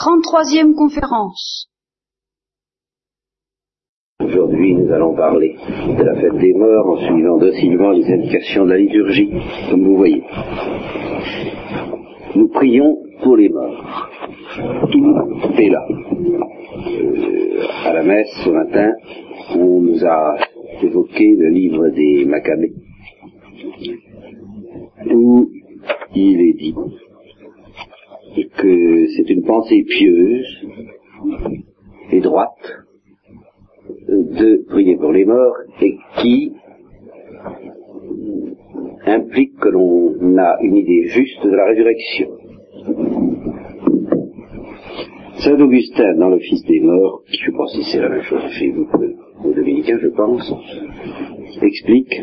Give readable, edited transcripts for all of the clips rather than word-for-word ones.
33e conférence. Aujourd'hui, nous allons parler de la fête des morts en suivant docilement les indications de la liturgie, comme vous voyez. Nous prions pour les morts. Tout est là. À la messe ce matin, on nous a évoqué le livre des Maccabées, où il est dit que c'est une pensée pieuse et droite de prier pour les morts et qui implique que l'on a une idée juste de la résurrection. Saint Augustin, dans l'Office des morts, qui je pense que c'est la même chose chez vous que aux Dominicains, je pense, explique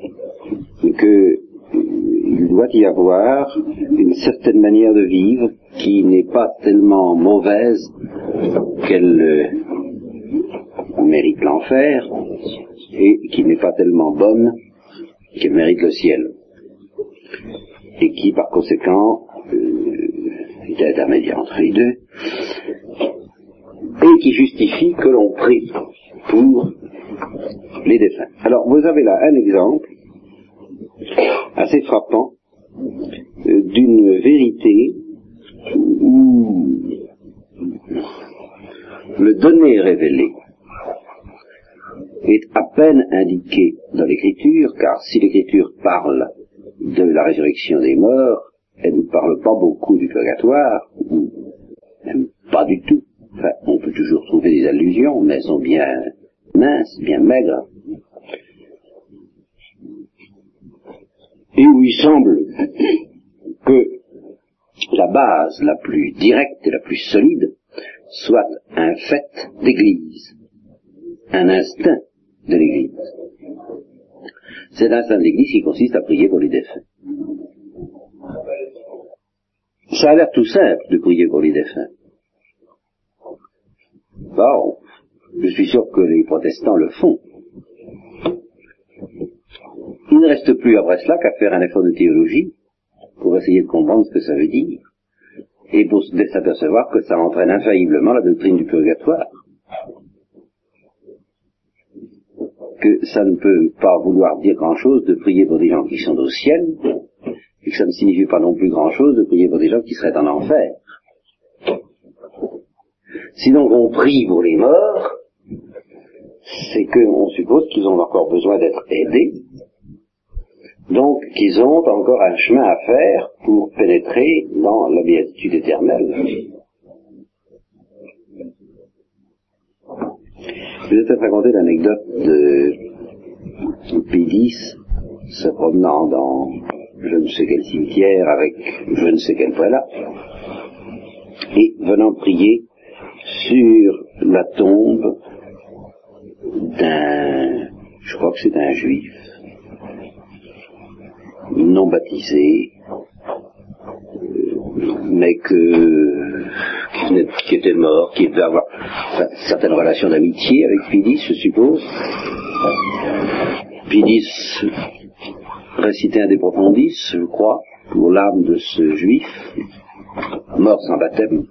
qu'il doit y avoir une certaine manière de vivre qui n'est pas tellement mauvaise qu'elle mérite l'enfer et qui n'est pas tellement bonne qu'elle mérite le ciel et qui par conséquent est intermédiaire entre les deux et qui justifie que l'on prie pour les défunts. Alors vous avez là un exemple assez frappant d'une vérité où le donné révélé est à peine indiqué dans l'Écriture, car si l'Écriture parle de la résurrection des morts, elle ne parle pas beaucoup du purgatoire, ou même pas du tout. Enfin, on peut toujours trouver des allusions, mais elles sont bien minces, bien maigres. Et où il semble que la base la plus directe et la plus solide soit un fait d'Église, un instinct de l'Église. C'est l'instinct de l'Église qui consiste à prier pour les défunts. Ça a l'air tout simple de prier pour les défunts. Bon, je suis sûr que les protestants le font. Il ne reste plus après cela qu'à faire un effort de théologie pour essayer de comprendre ce que ça veut dire et pour s'apercevoir que ça entraîne infailliblement la doctrine du purgatoire. Que ça ne peut pas vouloir dire grand-chose de prier pour des gens qui sont au ciel, et que ça ne signifie pas non plus grand-chose de prier pour des gens qui seraient en enfer. Si donc on prie pour les morts, c'est qu'on suppose qu'ils ont encore besoin d'être aidés, donc qu'ils ont encore un chemin à faire pour pénétrer dans la béatitude éternelle. Je vais peut-être raconter l'anecdote de Pie X se promenant dans je ne sais quel cimetière avec je ne sais quel prélat et venant prier sur la tombe je crois que c'est un juif non baptisé, mais qui était mort, qui devait avoir certaines relations d'amitié avec Pie X, je suppose. Pie X récitait un De Profundis, je crois, pour l'âme de ce juif, mort sans baptême.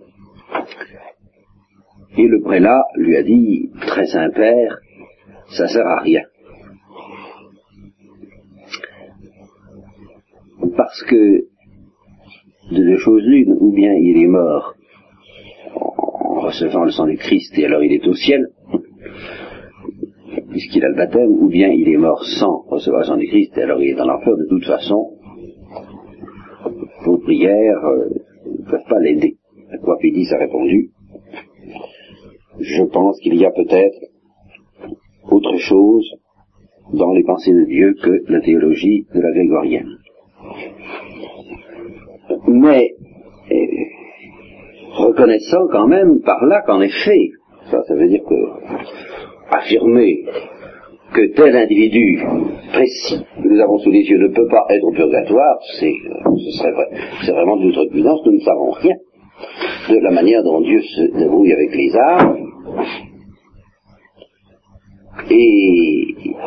Et le prélat lui a dit, très Saint-Père, ça sert à rien. Parce que, de deux choses l'une, ou bien il est mort en recevant le sang du Christ et alors il est au ciel, puisqu'il a le baptême, ou bien il est mort sans recevoir le sang du Christ et alors il est dans l'enfer. De toute façon, vos prières ne peuvent pas l'aider. À quoi Pie X a répondu, je pense qu'il y a peut-être autre chose dans les pensées de Dieu que la théologie de la grégorienne. Mais reconnaissant quand même par là qu'en effet, ça veut dire que affirmer que tel individu précis que nous avons sous les yeux ne peut pas être au purgatoire, c'est vraiment de l'outrecuidance. Nous ne savons rien de la manière dont Dieu se débrouille avec les âmes et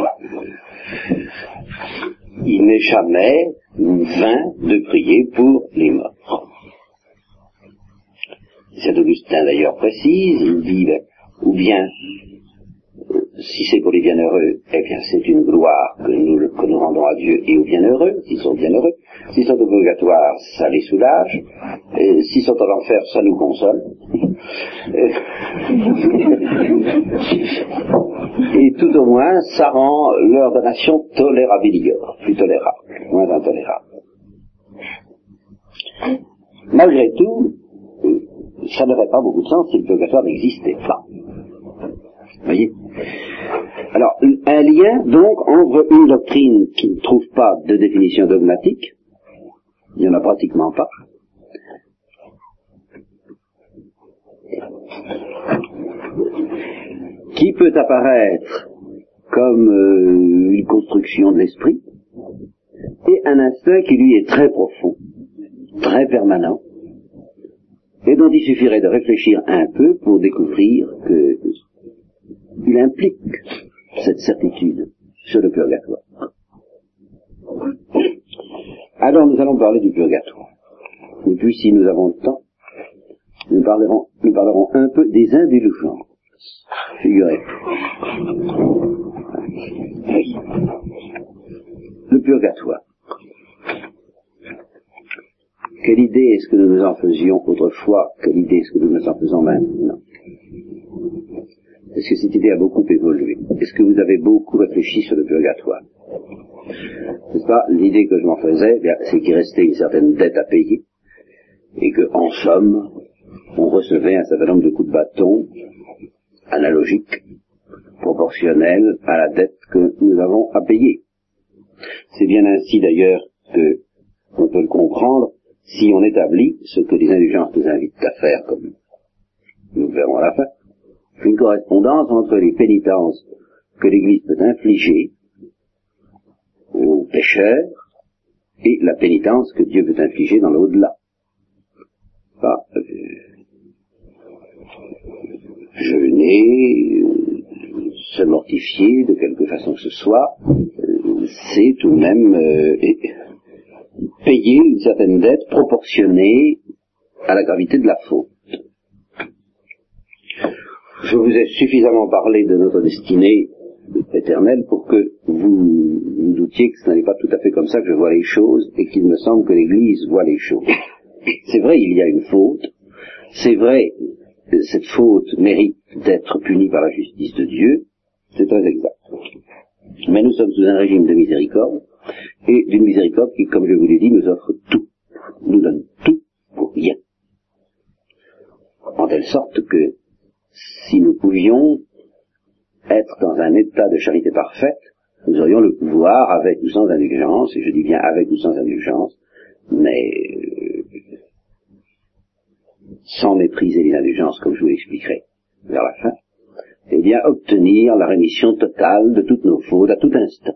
il n'est jamais vain de prier pour les morts. Saint Augustin d'ailleurs précise, il dit, ou bien, si c'est pour les bienheureux, eh bien c'est une gloire que nous rendons à Dieu et aux bienheureux, s'ils sont bienheureux. S'ils sont au purgatoire, ça les soulage. Et s'ils sont en enfer, ça nous console. Et tout au moins, ça rend leur damnation tolérabilior, plus tolérable, moins intolérable. Malgré tout, ça n'aurait pas beaucoup de sens si le purgatoire n'existait pas. Vous voyez ? Alors, un lien, donc, entre une doctrine qui ne trouve pas de définition dogmatique, il n'y en a pratiquement pas, qui peut apparaître comme une construction de l'esprit, et un instinct qui lui est très profond, très permanent, et dont il suffirait de réfléchir un peu pour découvrir qu'il implique cette certitude sur le purgatoire. Alors nous allons parler du purgatoire. Et puis si nous avons le temps, nous parlerons un peu des indulgences. Figurez-vous. Oui. Le purgatoire. Quelle idée est-ce que nous nous en faisions autrefois? Quelle idée est-ce que nous nous en faisons maintenant? Est-ce que cette idée a beaucoup évolué? Est-ce que vous avez beaucoup réfléchi sur le purgatoire? N'est-ce pas? L'idée que je m'en faisais, c'est qu'il restait une certaine dette à payer, et que, en somme, on recevait un certain nombre de coups de bâton analogiques, proportionnels à la dette que nous avons à payer. C'est bien ainsi d'ailleurs que on peut le comprendre si on établit ce que les indulgences nous invitent à faire, comme nous le verrons à la fin, une correspondance entre les pénitences que l'Église peut infliger aux pécheurs et la pénitence que Dieu peut infliger dans l'au-delà. Jeûner, se mortifier de quelque façon que ce soit, c'est tout de même payer une certaine dette proportionnée à la gravité de la faute. Je vous ai suffisamment parlé de notre destinée éternelle pour que vous doutiez que ce n'est pas tout à fait comme ça que je vois les choses et qu'il me semble que l'Église voit les choses. C'est vrai, il y a une faute. C'est vrai, cette faute mérite d'être punie par la justice de Dieu. C'est très exact. Mais nous sommes sous un régime de miséricorde, et d'une miséricorde qui, comme je vous l'ai dit, nous offre tout. Nous donne tout pour rien. En telle sorte que, si nous pouvions être dans un état de charité parfaite, nous aurions le pouvoir, avec ou sans indulgence, et je dis bien avec ou sans indulgence, mais sans mépriser les indulgences, comme je vous l'expliquerai vers la fin, eh bien obtenir la rémission totale de toutes nos fautes à tout instant.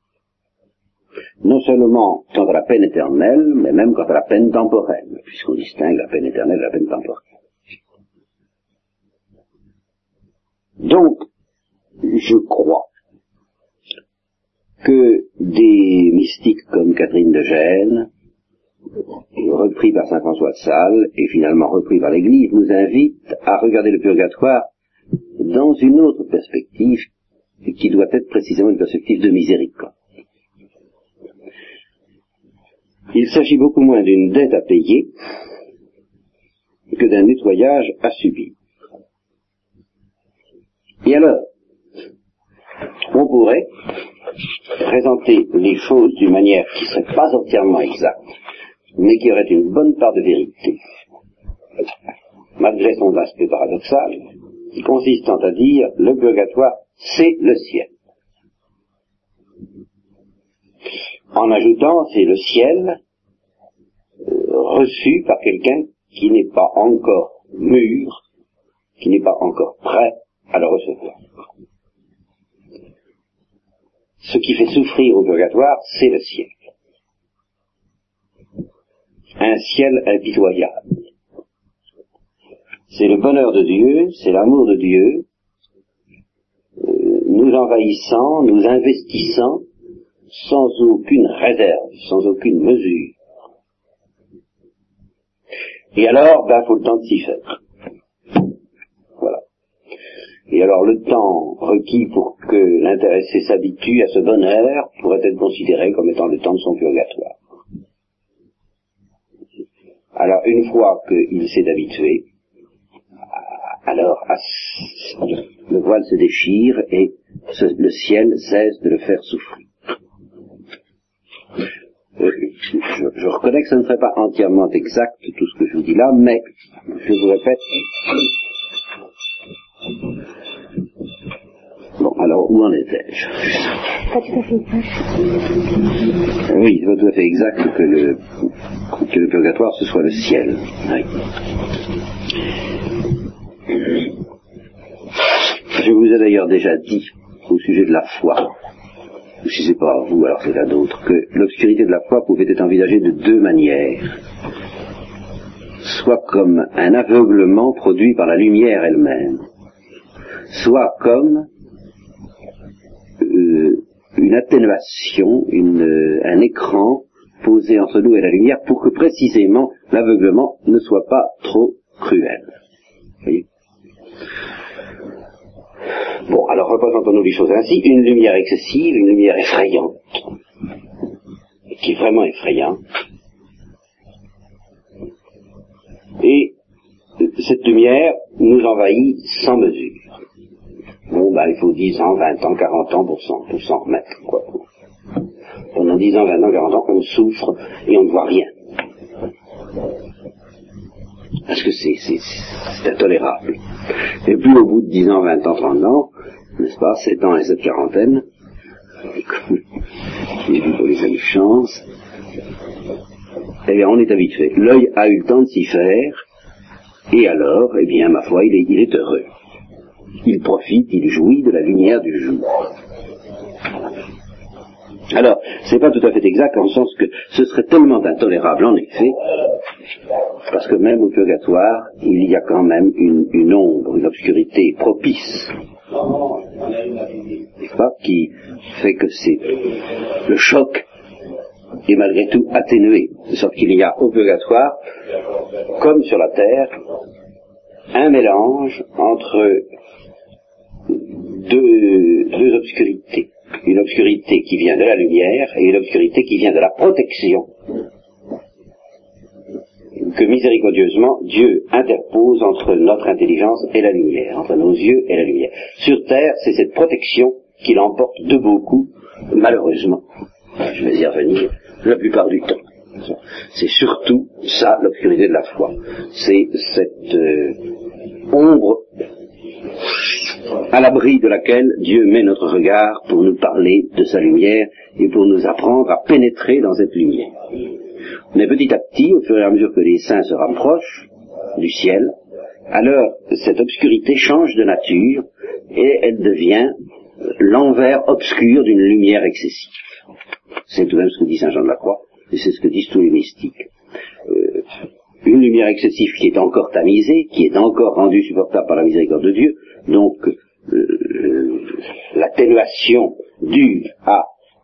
Non seulement quant à la peine éternelle, mais même quant à la peine temporelle, puisqu'on distingue la peine éternelle de la peine temporelle. Donc, je crois que des mystiques comme Catherine de Gênes, repris par saint François de Sales et finalement repris par l'Église, nous invitent à regarder le purgatoire dans une autre perspective qui doit être précisément une perspective de miséricorde. Il s'agit beaucoup moins d'une dette à payer que d'un nettoyage à subir. Et alors, on pourrait présenter les choses d'une manière qui ne serait pas entièrement exacte, mais qui aurait une bonne part de vérité, malgré son aspect paradoxal, consistant à dire le purgatoire, c'est le ciel. En ajoutant, c'est le ciel reçu par quelqu'un qui n'est pas encore mûr, qui n'est pas encore prêt à le recevoir. Ce qui fait souffrir au purgatoire, c'est le ciel. Un ciel impitoyable. C'est le bonheur de Dieu, c'est l'amour de Dieu, nous envahissant, nous investissant, sans aucune réserve, sans aucune mesure. Et alors, faut le temps de s'y faire. Et alors le temps requis pour que l'intéressé s'habitue à ce bonheur pourrait être considéré comme étant le temps de son purgatoire. Alors une fois qu'il s'est habitué, alors le voile se déchire et le ciel cesse de le faire souffrir. Je reconnais que ça ne serait pas entièrement exact tout ce que je vous dis là, mais je vous répète. Bon, alors où en étais-je? Pas tout à fait exact. Oui, c'est pas tout à fait exact que le purgatoire ce soit le ciel. Oui. Je vous ai d'ailleurs déjà dit au sujet de la foi, si c'est pas à vous, alors c'est à d'autres, que l'obscurité de la foi pouvait être envisagée de deux manières. Soit comme un aveuglement produit par la lumière elle-même, soit comme une atténuation, un écran posé entre nous et la lumière pour que précisément l'aveuglement ne soit pas trop cruel. Vous voyez ? Bon, alors représentons-nous les choses ainsi. Une lumière excessive, une lumière effrayante, qui est vraiment effrayante. Et cette lumière nous envahit sans mesure. Bon, il faut 10 ans, 20 ans, 40 ans pour s'en remettre, quoi. Pendant 10 ans, 20 ans, 40 ans, on souffre et on ne voit rien. Parce que c'est intolérable. Et puis au bout de 10 ans, 20 ans, 30 ans, n'est-ce pas, 7 ans et cette quarantaine, et puis pour les amis de chance, eh bien on est habitué. L'œil a eu le temps de s'y faire, et alors, eh bien, ma foi, il est heureux. Il profite, il jouit de la lumière du jour. Alors, c'est pas tout à fait exact en le sens que ce serait tellement intolérable en effet, parce que même au purgatoire, il y a quand même une ombre, une obscurité propice, n'est-ce pas, qui fait que c'est le choc est malgré tout atténué, de sorte qu'il y a au purgatoire, comme sur la terre, un mélange entre deux obscurités. Une obscurité qui vient de la lumière et une obscurité qui vient de la protection que miséricordieusement Dieu interpose entre notre intelligence et la lumière, entre nos yeux et la lumière. Sur terre, c'est cette protection qui l'emporte de beaucoup, malheureusement. Je vais y revenir la plupart du temps. C'est surtout ça l'obscurité de la foi. C'est cette ombre à l'abri de laquelle Dieu met notre regard pour nous parler de sa lumière et pour nous apprendre à pénétrer dans cette lumière. Mais petit à petit, au fur et à mesure que les saints se rapprochent du ciel, alors cette obscurité change de nature et elle devient l'envers obscur d'une lumière excessive. C'est tout de même ce que dit saint Jean de la Croix, et c'est ce que disent tous les mystiques. Une lumière excessive qui est encore tamisée, qui est encore rendue supportable par la miséricorde de Dieu, donc l'atténuation due à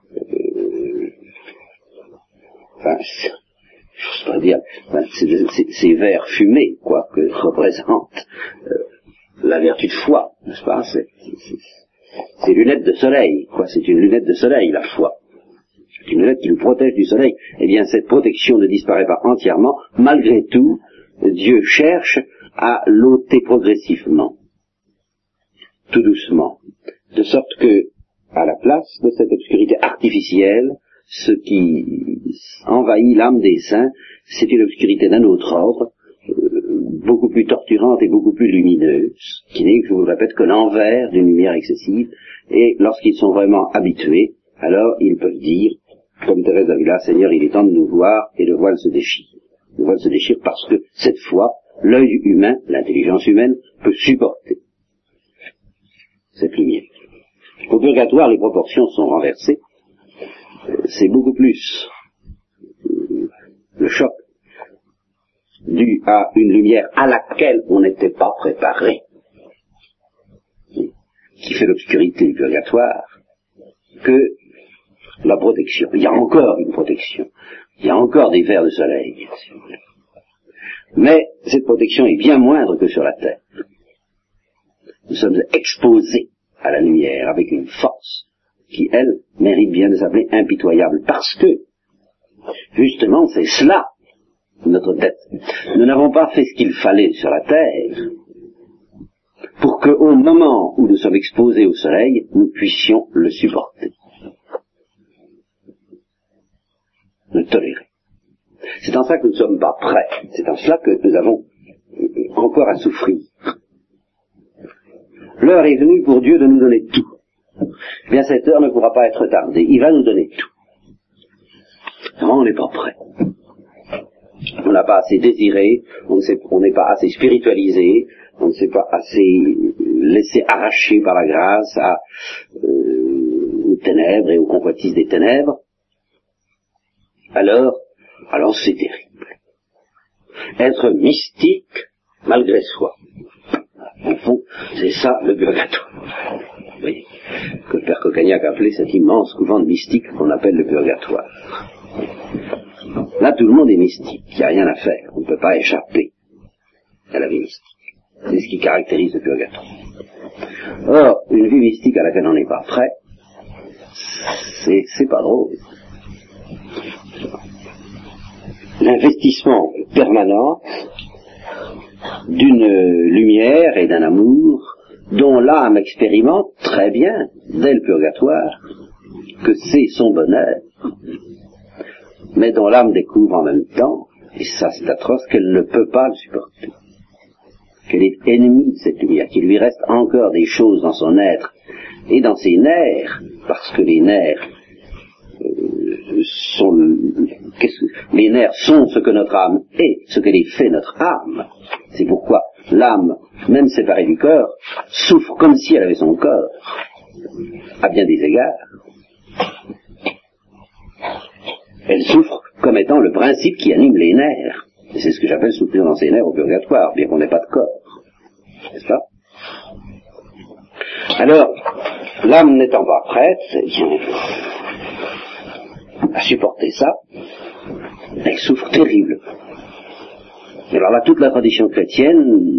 j'ose pas dire, ces verres fumés, quoi, que représente la vertu de foi, n'est-ce pas, c'est lunettes de soleil, quoi, c'est une lunette de soleil, la foi. C'est une lunette qui nous protège du soleil. Eh bien, cette protection ne disparaît pas entièrement. Malgré tout, Dieu cherche à l'ôter progressivement, tout doucement, de sorte que, à la place de cette obscurité artificielle, ce qui envahit l'âme des saints, c'est une obscurité d'un autre ordre, beaucoup plus torturante et beaucoup plus lumineuse, qui n'est, je vous le répète, que l'envers d'une lumière excessive, et lorsqu'ils sont vraiment habitués, alors ils peuvent dire, comme Thérèse d'Avila, Seigneur, il est temps de nous voir, et le voile se déchire. Le voile se déchire parce que, cette fois, l'œil humain, l'intelligence humaine, peut supporter cette lumière. Au purgatoire, les proportions sont renversées. C'est beaucoup plus le choc dû à une lumière à laquelle on n'était pas préparé, qui fait l'obscurité du purgatoire, que la protection. Il y a encore une protection. Il y a encore des vers de soleil, si vous voulez. Mais cette protection est bien moindre que sur la terre. nous sommes exposés à la lumière avec une force qui, elle, mérite bien de s'appeler impitoyable, parce que, justement, c'est cela, notre dette. Nous n'avons pas fait ce qu'il fallait sur la terre pour qu'au moment où nous sommes exposés au soleil, nous puissions le supporter, le tolérer. C'est en ça que nous ne sommes pas prêts, c'est en cela que nous avons encore à souffrir. L'heure est venue pour Dieu de nous donner tout. Eh bien, cette heure ne pourra pas être retardée. Il va nous donner tout. Non, on n'est pas prêt. On n'a pas assez désiré, on n'est pas assez spiritualisé, on ne s'est pas assez laissé arracher par la grâce aux ténèbres et aux convoitises des ténèbres. Alors c'est terrible. Être mystique malgré soi. Au fond, c'est ça le purgatoire. Vous voyez, que le père Coccagnac appelait cet immense couvent de mystiques qu'on appelle le purgatoire. Là, tout le monde est mystique, il n'y a rien à faire, on ne peut pas échapper à la vie mystique. C'est ce qui caractérise le purgatoire. Or, une vie mystique à laquelle on n'est pas prêt, c'est pas drôle. L'investissement permanent d'une lumière et d'un amour dont l'âme expérimente très bien, dès le purgatoire, que c'est son bonheur, mais dont l'âme découvre en même temps, et ça c'est atroce, qu'elle ne peut pas le supporter, qu'elle est ennemie de cette lumière, qu'il lui reste encore des choses dans son être et dans ses nerfs, parce que les nerfs les nerfs sont ce que notre âme est, ce que les fait notre âme. C'est pourquoi l'âme, même séparée du corps, souffre comme si elle avait son corps, à bien des égards. Elle souffre comme étant le principe qui anime les nerfs. Et c'est ce que j'appelle souffrir dans ses nerfs au purgatoire, bien qu'on n'ait pas de corps. N'est-ce pas? Alors, l'âme n'étant pas prête, eh bien, à supporter ça, elle souffre terriblement. Et alors là, toute la tradition chrétienne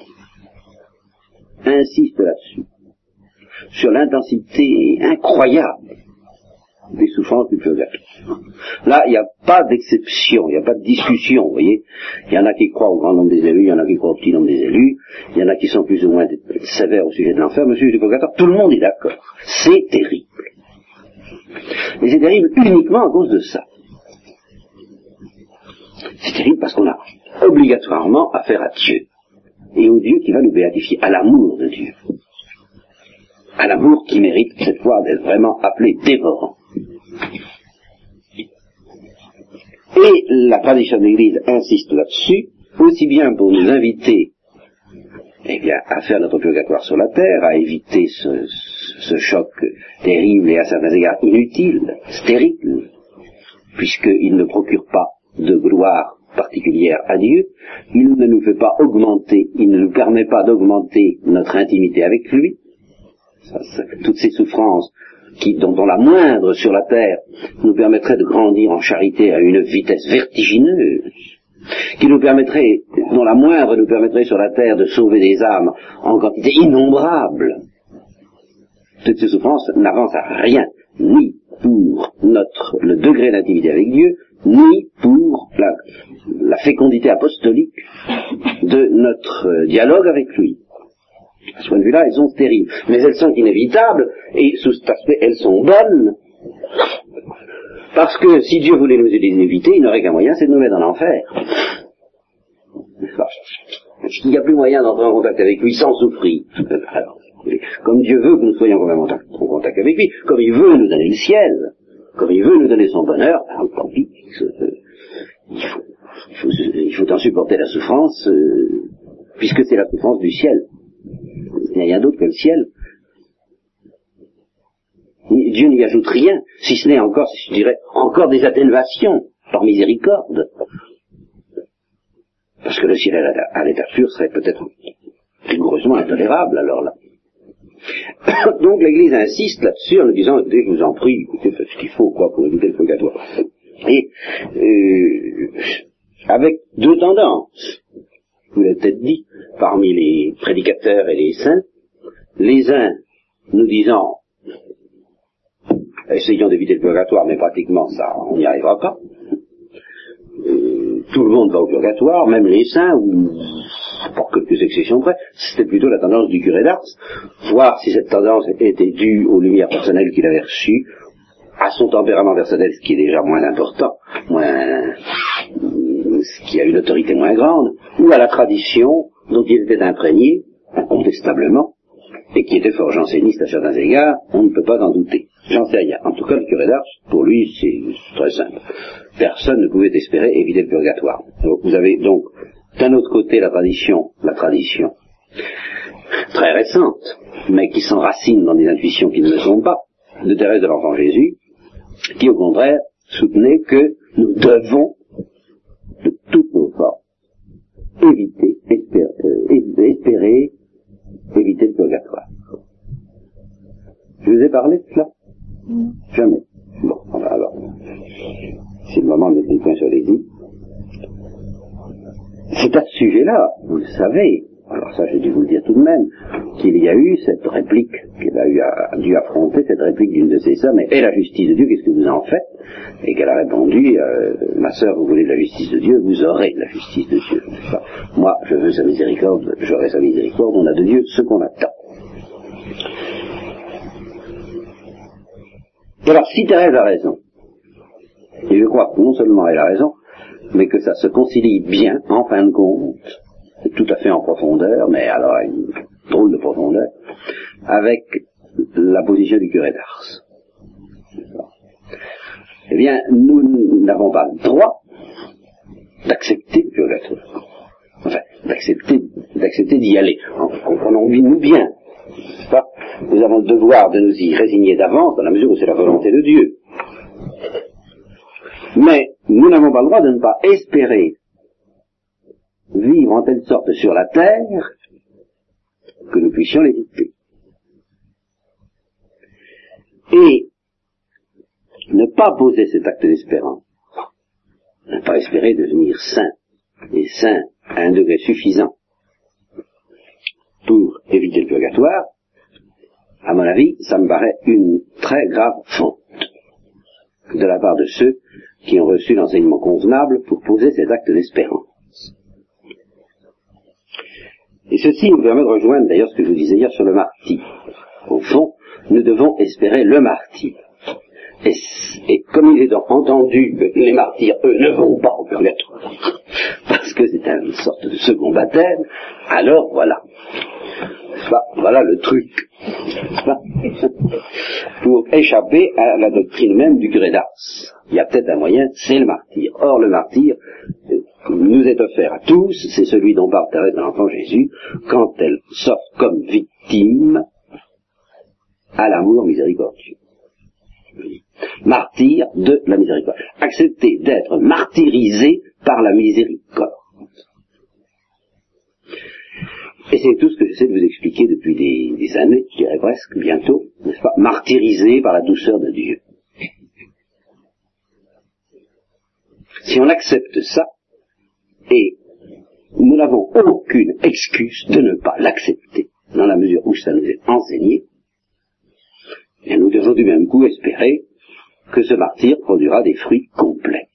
insiste là-dessus, sur l'intensité incroyable des souffrances du purgatoire. Là, il n'y a pas d'exception, il n'y a pas de discussion, vous voyez. Il y en a qui croient au grand nombre des élus, il y en a qui croient au petit nombre des élus, il y en a qui sont plus ou moins sévères au sujet de l'enfer, mais au sujet du purgatoire, tout le monde est d'accord. C'est terrible. Et c'est terrible uniquement à cause de ça. C'est terrible parce qu'on a obligatoirement affaire à Dieu, et au Dieu qui va nous béatifier, à l'amour de Dieu. À l'amour qui mérite cette fois d'être vraiment appelé dévorant. Et la tradition de l'Église insiste là-dessus, aussi bien pour nous inviter à faire notre purgatoire sur la terre, à éviter ce choc terrible et à certains égards inutile, stérile, puisqu'il ne procure pas de gloire particulière à Dieu, il ne nous fait pas augmenter, il ne nous permet pas d'augmenter notre intimité avec lui. Toutes ces souffrances dont la moindre sur la terre nous permettrait de grandir en charité à une vitesse vertigineuse, dont la moindre nous permettrait sur la terre de sauver des âmes en quantité innombrable. Toutes ces souffrances n'avancent à rien, ni pour le degré d'intimité avec Dieu, ni pour la fécondité apostolique de notre dialogue avec lui. À ce point de vue-là, elles sont terribles. Mais elles sont inévitables, et sous cet aspect, elles sont bonnes. Parce que si Dieu voulait nous les éviter, il n'aurait qu'un moyen, c'est de nous mettre en enfer. Il n'y a plus moyen d'entrer en contact avec lui sans souffrir. Alors, comme Dieu veut que nous soyons en contact avec lui, comme il veut nous donner le ciel, comme il veut nous donner son bonheur, tant pis, il faut en supporter la souffrance, puisque c'est la souffrance du ciel. Il n'y a rien d'autre que le ciel. Dieu n'y ajoute rien, si ce n'est encore, je dirais, encore des atténuations par miséricorde. Parce que le ciel à l'état pur serait peut-être rigoureusement intolérable, alors là. Donc l'Église insiste là-dessus en nous disant, écoutez, je vous en prie, écoutez, faites ce qu'il faut, pour éviter le purgatoire. Et avec deux tendances, je vous l'ai peut-être dit, parmi les prédicateurs et les saints, les uns nous disant essayons d'éviter le purgatoire, mais pratiquement ça, on n'y arrivera pas. Tout le monde va au purgatoire, même les saints, ou pour quelques exceptions près. C'était plutôt la tendance du curé d'Ars, voir si cette tendance était due aux lumières personnelles qu'il avait reçues, à son tempérament personnel, ce qui est déjà moins important, ce qui a une autorité moins grande, ou à la tradition dont il était imprégné, incontestablement, et qui était fort janséniste à certains égards, on ne peut pas en douter. J'en sais rien. En tout cas, le curé d'Ars, pour lui, c'est très simple. Personne ne pouvait espérer éviter le purgatoire. Donc, vous avez donc, d'un autre côté, la tradition très récente, mais qui s'enracine dans des intuitions qui ne le sont pas, de Thérèse de l'Enfant Jésus, qui, au contraire, soutenait que nous devons, de toutes nos forces, espérer éviter le purgatoire. Je vous ai parlé de cela? Jamais. Bon, enfin alors, c'est le moment de mettre les points sur les i. C'est à ce sujet-là, vous le savez, alors ça j'ai dû vous le dire tout de même, qu'il y a eu cette réplique, qu'elle a dû affronter cette réplique d'une de ses sœurs, mais et la justice de Dieu, qu'est-ce que vous en faites? Et qu'elle a répondu, ma sœur, vous voulez de la justice de Dieu, vous aurez de la justice de Dieu. Moi, je veux sa miséricorde, j'aurai sa miséricorde, on a de Dieu ce qu'on attend. Et alors, si Thérèse a raison, et je crois que non seulement elle a raison, mais que ça se concilie bien, en fin de compte, tout à fait en profondeur, mais alors à une drôle de profondeur, avec la position du curé d'Ars. Eh bien, nous n'avons pas le droit d'accepter le purgatoire. Enfin, d'accepter d'y aller. Comprenons-nous bien. Nous avons le devoir de nous y résigner d'avance, dans la mesure où c'est la volonté de Dieu. Mais nous n'avons pas le droit de ne pas espérer vivre en telle sorte sur la terre que nous puissions l'éviter. Et ne pas poser cet acte d'espérance, ne pas espérer devenir saint, et saint à un degré suffisant pour éviter le purgatoire, à mon avis, ça me paraît une très grave faute de la part de ceux qui ont reçu l'enseignement convenable pour poser cet acte d'espérance. Et ceci nous permet de rejoindre d'ailleurs ce que je vous disais hier sur le martyr. Au fond, nous devons espérer le martyr. Et comme il est entendu que les martyrs, eux, ne vont pas au purgatoire, parce que c'est une sorte de second baptême, alors voilà. Voilà le truc. Pour échapper à la doctrine même du curé d'Ars. Il y a peut-être un moyen, c'est le martyr. Or, le martyr nous est offert à tous, c'est celui dont parle Thérèse de l'Enfant Jésus, quand elle s'offre comme victime à l'amour miséricordieux. Martyr de la miséricorde. Accepter d'être martyrisé par la miséricorde. Et c'est tout ce que j'essaie de vous expliquer depuis des années, je dirais presque, bientôt, n'est-ce pas, martyrisé par la douceur de Dieu. Si on accepte ça, et nous n'avons aucune excuse de ne pas l'accepter, dans la mesure où ça nous est enseigné, et nous devons du même coup espérer que ce martyre produira des fruits complets.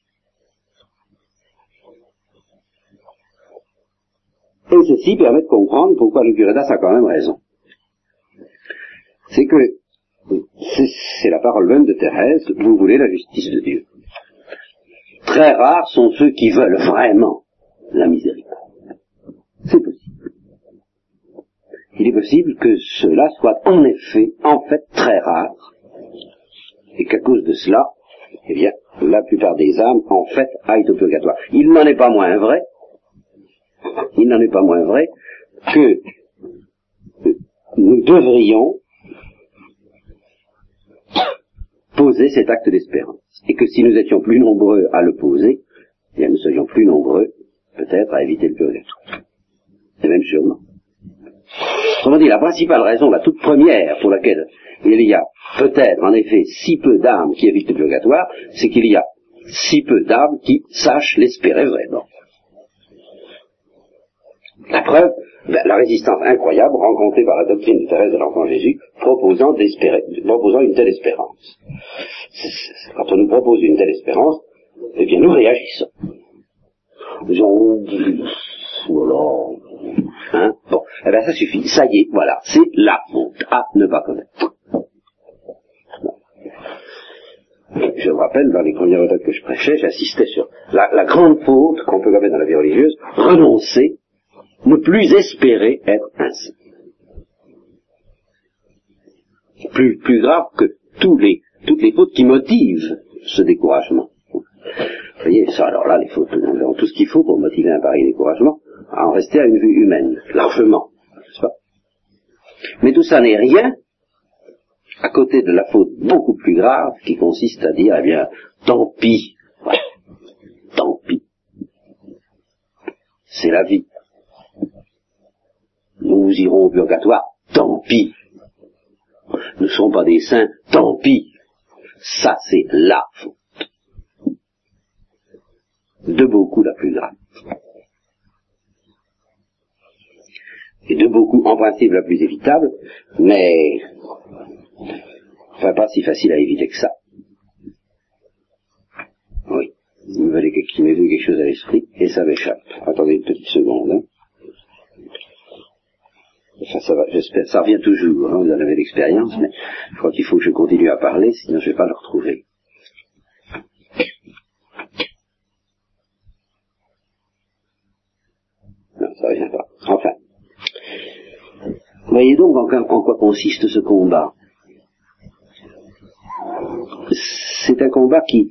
Et ceci permet de comprendre pourquoi le curé d'Ars a quand même raison. C'est que, c'est la parole même de Thérèse, vous voulez la justice de Dieu. Très rares sont ceux qui veulent vraiment la miséricorde. C'est possible. Il est possible que cela soit en fait très rare, et qu'à cause de cela, eh bien, la plupart des âmes, en fait, aillent au purgatoire. Il n'en est pas moins vrai que nous devrions poser cet acte d'espérance. Et que si nous étions plus nombreux à le poser, eh bien, nous serions plus nombreux, peut-être, à éviter le purgatoire. Et même sûrement. Autrement dit, la principale raison, la toute première pour laquelle il y a peut-être, en effet, si peu d'âmes qui évitent le purgatoire, c'est qu'il y a si peu d'âmes qui sachent l'espérer vraiment. La preuve, La résistance incroyable rencontrée par la doctrine de Thérèse de l'Enfant Jésus, proposant une telle espérance. Quand on nous propose une telle espérance, eh bien nous réagissons. Nous disons, voilà, hein, bon, eh bien ça suffit, ça y est, voilà, c'est la faute à ne pas commettre. Je me rappelle, dans les premières retraites que je prêchais, j'insistais sur la grande faute qu'on peut commettre dans la vie religieuse, renoncer, ne plus espérer être un saint. Plus grave que toutes les fautes qui motivent ce découragement. Vous voyez, ça, alors là, les fautes, nous avons tout ce qu'il faut pour motiver un pareil découragement, à en rester à une vue humaine, largement, n'est-ce pas? Mais tout ça n'est rien à côté de la faute beaucoup plus grave qui consiste à dire, eh bien, tant pis, ouais, tant pis, c'est la vie. Nous irons au purgatoire, tant pis. Nous ne serons pas des saints, tant pis. Ça, c'est la faute. De beaucoup la plus grave. Et de beaucoup, en principe, la plus évitable, mais enfin pas si facile à éviter que ça. Oui, il m'est venu quelque chose à l'esprit, et ça m'échappe. Attendez une petite seconde. Hein. Enfin, ça va, j'espère, ça revient toujours, hein, vous en avez l'expérience, mais je crois qu'il faut que je continue à parler, sinon je ne vais pas le retrouver. Non, ça ne revient pas. Enfin. Voyez donc en quoi consiste ce combat. C'est un combat qui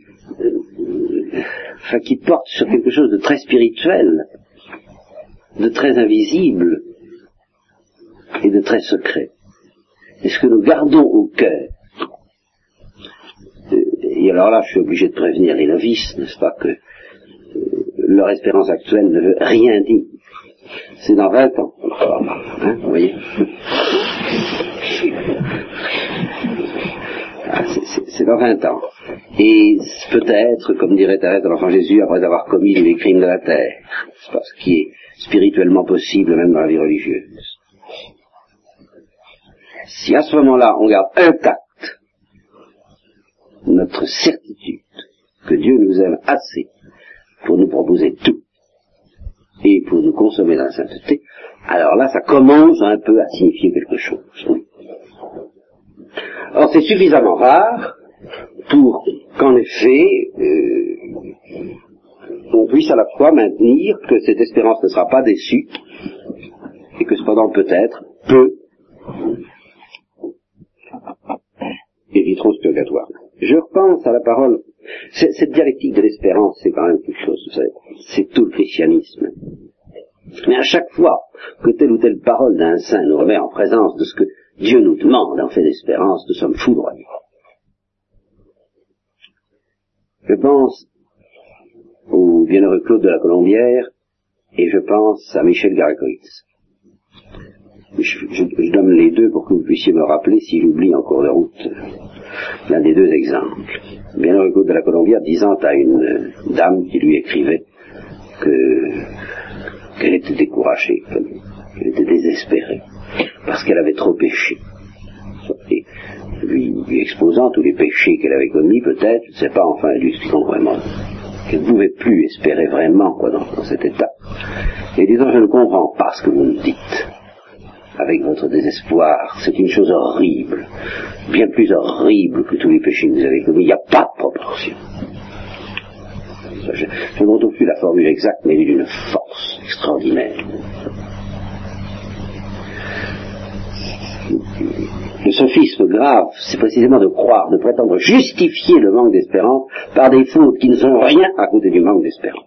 porte sur quelque chose de très spirituel, de très invisible et de très secret. Et ce que nous gardons au cœur, et alors là je suis obligé de prévenir les novices, n'est-ce pas, que leur espérance actuelle ne veut rien dire. C'est dans 20 ans. Hein, vous voyez. C'est dans 20 ans. Et peut-être, comme dirait Thérèse de l'Enfant Jésus, après avoir commis les crimes de la terre, ce qui est spirituellement possible même dans la vie religieuse. Si à ce moment-là on garde intact notre certitude que Dieu nous aime assez pour nous proposer tout, et pour nous consommer dans la sainteté, alors là, ça commence un peu à signifier quelque chose. Oui. Or, c'est suffisamment rare pour qu'en effet, on puisse à la fois maintenir que cette espérance ne sera pas déçue, et que cependant peut-être, peu, éviteront ce purgatoire. Je repense à la parole. Cette dialectique de l'espérance, c'est quand même quelque chose, vous savez, c'est tout le christianisme. Mais à chaque fois que telle ou telle parole d'un saint nous remet en présence de ce que Dieu nous demande en fait d'espérance, nous sommes foudroyés. Je pense au bienheureux Claude de la Colombière et je pense à Michel Garacoïtz. Je donne les deux pour que vous puissiez me rappeler si j'oublie en cours de route l'un des deux exemples. Bienheureux Claude de la Colombière disant à une dame qui lui écrivait qu'elle était découragée, qu'elle était désespérée, parce qu'elle avait trop péché. Et lui exposant tous les péchés qu'elle avait commis, peut-être, je ne sais pas, enfin, lui expliquant vraiment qu'elle ne pouvait plus espérer vraiment dans cet état. Et disant, je ne comprends pas ce que vous me dites. Avec votre désespoir, c'est une chose horrible, bien plus horrible que tous les péchés que vous avez commis. Il n'y a pas de proportion. Je ne retrouve plus la formule exacte, mais elle est d'une force extraordinaire. Le sophisme grave, c'est précisément de croire, de prétendre justifier le manque d'espérance par des fautes qui ne sont rien à côté du manque d'espérance.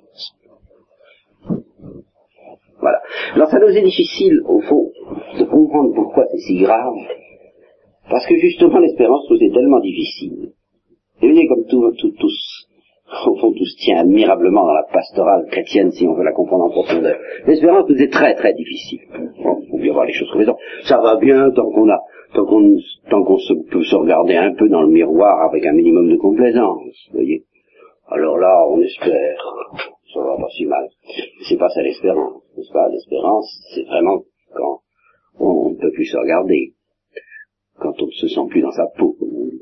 Voilà. Alors ça nous est difficile, au fond, de comprendre pourquoi c'est si grave, parce que justement l'espérance nous est tellement difficile. Et vous voyez, comme tous, au fond, tout se tient admirablement dans la pastorale chrétienne, si on veut la comprendre en profondeur. L'espérance nous est très très difficile. Bon, il faut bien voir les choses comme ça. Ça va bien tant qu'on peut se regarder un peu dans le miroir avec un minimum de complaisance, vous voyez. Alors là, on espère, ça va pas si mal. C'est pas ça l'espérance, n'est-ce pas? L'espérance, c'est vraiment quand on ne peut plus se regarder, quand on ne se sent plus dans sa peau,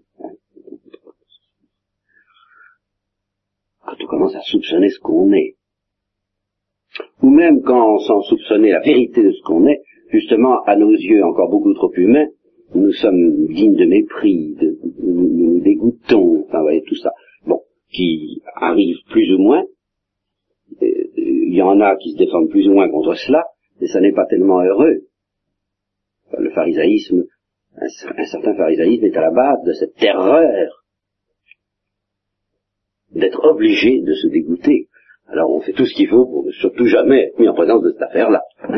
quand on commence à soupçonner ce qu'on est, ou même quand, sans soupçonner la vérité de ce qu'on est, justement, à nos yeux encore beaucoup trop humains, nous sommes dignes de mépris, nous nous dégoûtons, enfin, vous voyez, tout ça, bon, qui arrive plus ou moins. Il y en a qui se défendent plus ou moins contre cela, mais ça n'est pas tellement heureux. Le pharisaïsme, un certain pharisaïsme est à la base de cette terreur d'être obligé de se dégoûter. Alors on fait tout ce qu'il faut pour ne surtout jamais être mis en présence de cette affaire-là. Hein.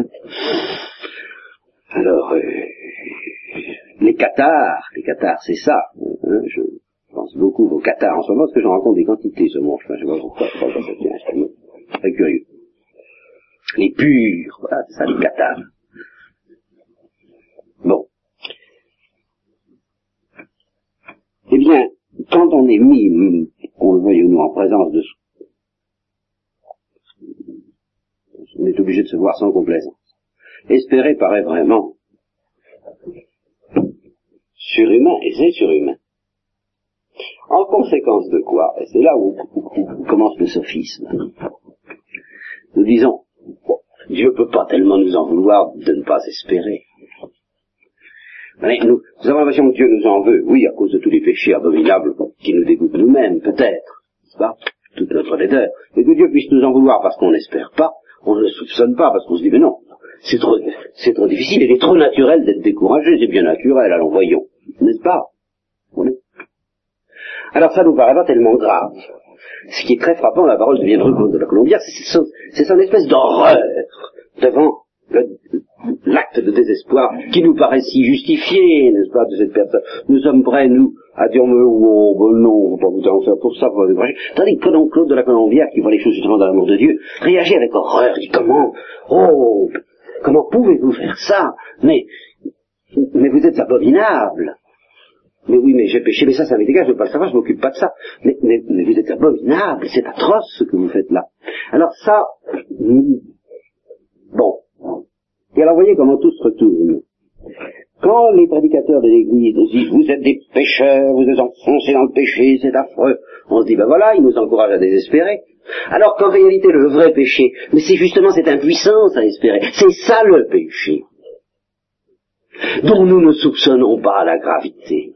Alors, les cathars c'est ça. Hein, je pense beaucoup aux cathars en ce moment, parce que j'en rencontre des quantités ce mois. Je ne sais pas pourquoi, c'est très curieux. Les purs, voilà, c'est ça les cathars. Bon. Eh bien, quand on est mis, on le voit nous en présence de on est obligé de se voir sans complaisance. Espérer paraît vraiment surhumain, et c'est surhumain. En conséquence de quoi, et c'est là où commence le sophisme, nous disons, bon, Dieu ne peut pas tellement nous en vouloir de ne pas espérer. Mais nous avons l'impression que Dieu nous en veut, oui, à cause de tous les péchés abominables qui nous dégoûtent nous-mêmes, peut-être, n'est-ce pas, toute notre laideur, mais que Dieu puisse nous en vouloir parce qu'on n'espère pas, on ne le soupçonne pas, parce qu'on se dit, mais non, c'est trop difficile, il est trop naturel d'être découragé, c'est bien naturel, allons voyons, n'est-ce pas? Alors ça nous paraît pas tellement grave. Ce qui est très frappant, la parole de Bienheureux de la Colombière, c'est son espèce d'horreur devant l'acte de désespoir qui nous paraît si justifié, n'est-ce pas, de cette personne. Nous sommes prêts, nous, à dire, mais oh, ben non, on va pas vous en faire pour ça, pour décourager. Tandis que Don Claude de la Colombière, qui voit les choses justement dans l'amour de Dieu, réagit avec horreur, dit, comment pouvez-vous faire ça? Mais vous êtes abominable. Mais oui, mais j'ai péché, mais ça m'est égal, je ne veux pas le savoir, je m'occupe pas de ça. Mais vous êtes abominable, c'est atroce ce que vous faites là. Alors ça, bon. Et alors voyez comment tout se retourne. Quand les prédicateurs de l'Église nous disent, vous êtes des pécheurs, vous êtes enfoncés dans le péché, c'est affreux, on se dit, ben voilà, ils nous encouragent à désespérer. Alors qu'en réalité, le vrai péché, mais c'est justement cette impuissance à espérer, c'est ça le péché, dont nous ne soupçonnons pas la gravité.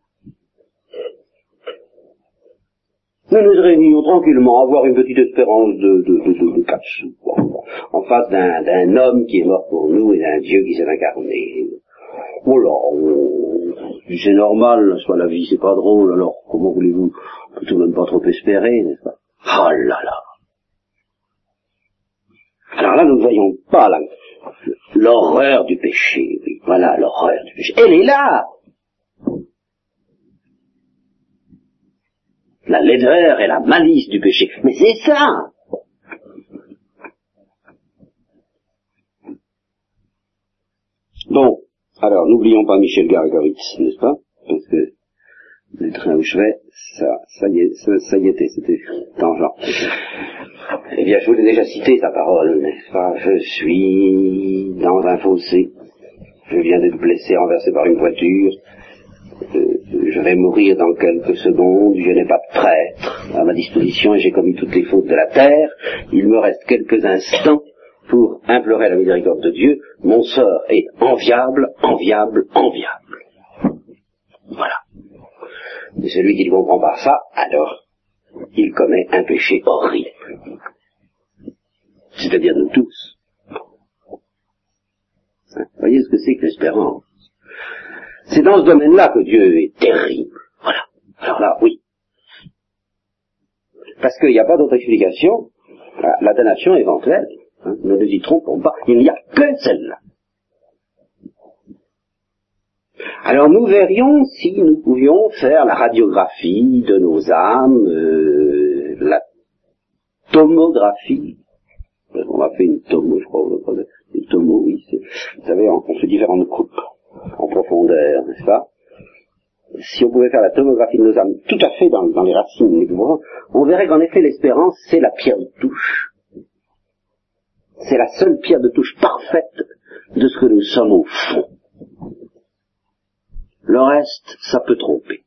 Nous nous réunions tranquillement, avoir une petite espérance de 4 sous, en face d'un homme qui est mort pour nous et d'un Dieu qui s'est incarné. Oh là, c'est normal, soit la vie c'est pas drôle, alors comment voulez-vous, on peut tout de même pas trop espérer, n'est-ce pas? Oh là là. Alors là, nous ne voyons pas l'horreur du péché, oui, voilà l'horreur du péché. Elle est là! La laideur et la malice du péché. Mais c'est ça! Bon, alors n'oublions pas Michel Gargaritz, n'est-ce pas? Parce que le train où je vais, ça y était, c'était tangent. Eh bien, je vous l'ai déjà cité sa parole, n'est-ce pas? Je suis dans un fossé. Je viens d'être blessé, renversé par une voiture. Je vais mourir dans quelques secondes, je n'ai pas de prêtre à ma disposition et j'ai commis toutes les fautes de la terre. Il me reste quelques instants pour implorer la miséricorde de Dieu. Mon sort est enviable, enviable, enviable. Voilà. Et celui qui ne comprend pas ça, alors, il commet un péché horrible. C'est-à-dire nous tous. Vous voyez ce que c'est que l'espérance? C'est dans ce domaine-là que Dieu est terrible. Voilà. Alors là, oui. Parce qu'il n'y a pas d'autre explication. La damnation éventuelle, hein, ne nous y trompons pas, il n'y a que celle-là. Alors nous verrions si nous pouvions faire la radiographie de nos âmes, la tomographie. On a fait une tomo, je crois, une tomo, oui. Vous savez, on fait différentes coupes en profondeur, n'est-ce pas? Si on pouvait faire la tomographie de nos âmes tout à fait dans les racines, on verrait qu'en effet l'espérance, c'est la pierre de touche. C'est la seule pierre de touche parfaite de ce que nous sommes au fond. Le reste, ça peut tromper.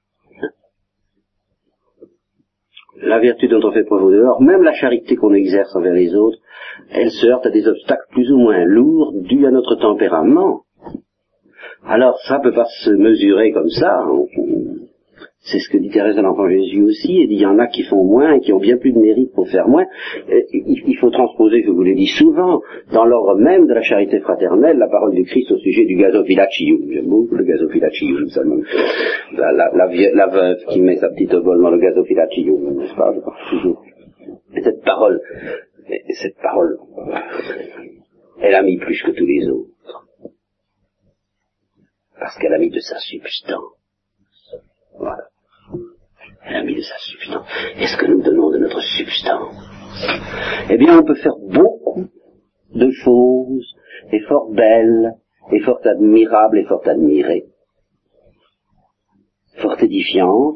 La vertu dont on fait preuve au dehors, même la charité qu'on exerce envers les autres, elle se heurte à des obstacles plus ou moins lourds dus à notre tempérament. Alors ça peut pas se mesurer comme ça. C'est ce que dit Thérèse de l'Enfant Jésus aussi, et dit il y en a qui font moins et qui ont bien plus de mérite pour faire moins. Il faut transposer, je vous l'ai dit souvent, dans l'ordre même de la charité fraternelle, la parole du Christ au sujet du gazophilaccium. J'aime beaucoup le gazophilaccium, ça me... la veuve qui met sa petite obole dans le gazophilaccium, n'est-ce pas? Et cette parole, elle a mis plus que tous les autres. Parce qu'elle a mis de sa substance. Voilà. Elle a mis de sa substance. Est-ce que nous donnons de notre substance? Eh bien, on peut faire beaucoup de choses, et fort belles, et fort admirables, et fort admirées, fort édifiantes,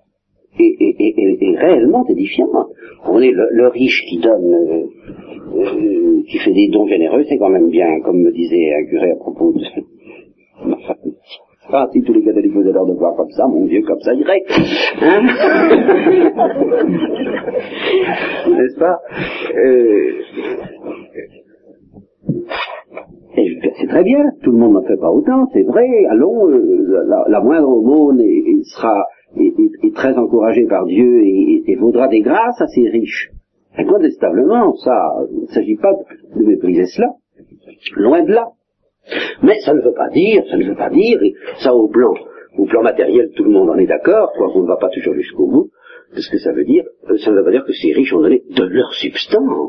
et réellement édifiantes. On est le riche qui donne, qui fait des dons généreux, c'est quand même bien, comme me disait un curé à propos de ma famille. Ah, si tous les catholiques faisaient leur devoir comme ça, mon Dieu, comme ça irait. Hein? N'est-ce pas? C'est très bien, tout le monde n'en fait pas autant, c'est vrai, allons, la moindre aumône est très encouragée par Dieu et vaudra des grâces à ces riches. Incontestablement, ça, il ne s'agit pas de mépriser cela, loin de là. Mais ça ne veut pas dire, et ça au plan matériel, tout le monde en est d'accord, quoi, on ne va pas toujours jusqu'au bout de ce que ça veut dire. Ça ne veut pas dire que ces riches ont donné de leur substance.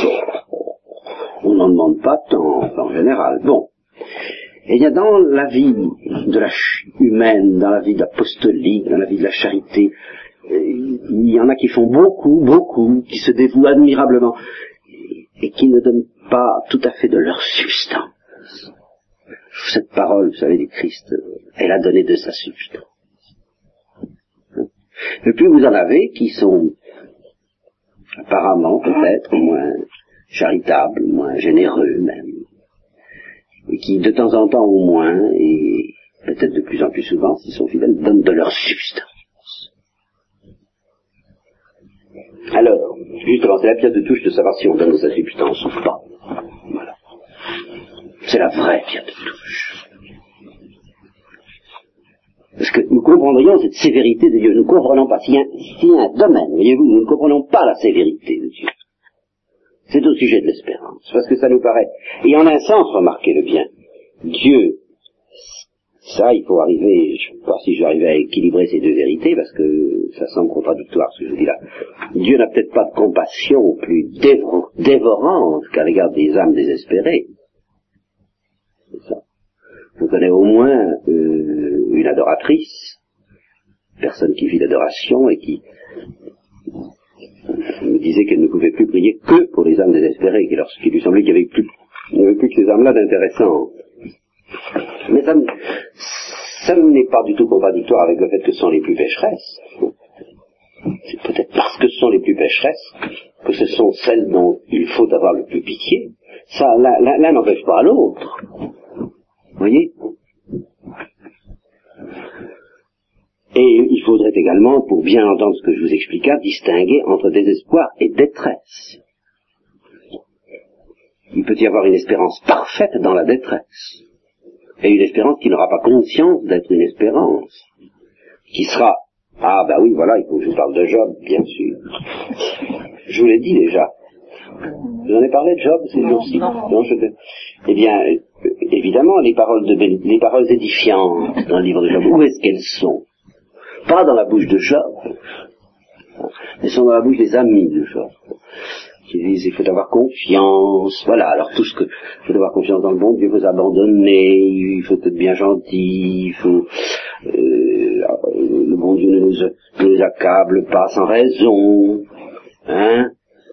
On n'en demande pas tant, en général. Bon. Et il y a dans la vie de la humaine, dans la vie apostolique, dans la vie de la charité, il y en a qui font beaucoup, qui se dévouent admirablement, et qui ne donnent pas tout à fait de leur substance. Cette parole, vous savez, du Christ, elle a donné de sa substance. Et puis vous en avez qui sont apparemment peut-être moins charitables, moins généreux même, et qui de temps en temps au moins, et peut-être de plus en plus souvent, s'ils sont fidèles, donnent de leur substance. Alors, justement, c'est la pièce de touche de savoir si on donne de sa substance ou pas. Voilà. C'est la vraie pierre de touche. Parce que nous comprendrions cette sévérité de Dieu. Nous ne comprenons pas. S'il y a un domaine, voyez-vous, nous ne comprenons pas la sévérité de Dieu. C'est au sujet de l'espérance. Parce que ça nous paraît. Et en un sens, remarquez-le bien, Dieu, ça, il faut arriver, je ne sais pas si je vais arriver à équilibrer ces deux vérités, parce que ça semble contradictoire ce que je dis là. Dieu n'a peut-être pas de compassion plus dévorante qu'à l'égard des âmes désespérées. C'est ça. Je connais au moins une adoratrice, personne qui vit l'adoration et qui me disait qu'elle ne pouvait plus prier que pour les âmes désespérées, qu'il lui semblait qu'il n'y avait plus que ces âmes-là d'intéressantes. Mais ça n'est pas du tout contradictoire avec le fait que ce sont les plus pécheresses. C'est peut-être parce que ce sont les plus pécheresses que ce sont celles dont il faut avoir le plus pitié. Ça, l'un n'empêche pas à l'autre. Vous voyez? Et il faudrait également, pour bien entendre ce que je vous expliquais, distinguer entre désespoir et détresse. Il peut y avoir une espérance parfaite dans la détresse, et une espérance qui n'aura pas conscience d'être une espérance, qui sera, ah ben oui, voilà, il faut que je vous parle de Job, bien sûr. Je vous l'ai dit déjà. Je vous en ai parlé de Job ces jours-ci. Eh bien, évidemment, les paroles édifiantes dans le livre de Job, où est-ce qu'elles sont? Pas dans la bouche de Job, elles sont dans la bouche des amis de Job, qui disent il faut avoir confiance, voilà, alors tout ce que, il faut avoir confiance dans le bon Dieu, il faut s'abandonner, il faut être bien gentil, il faut, le bon Dieu ne nous accable pas sans raison, hein?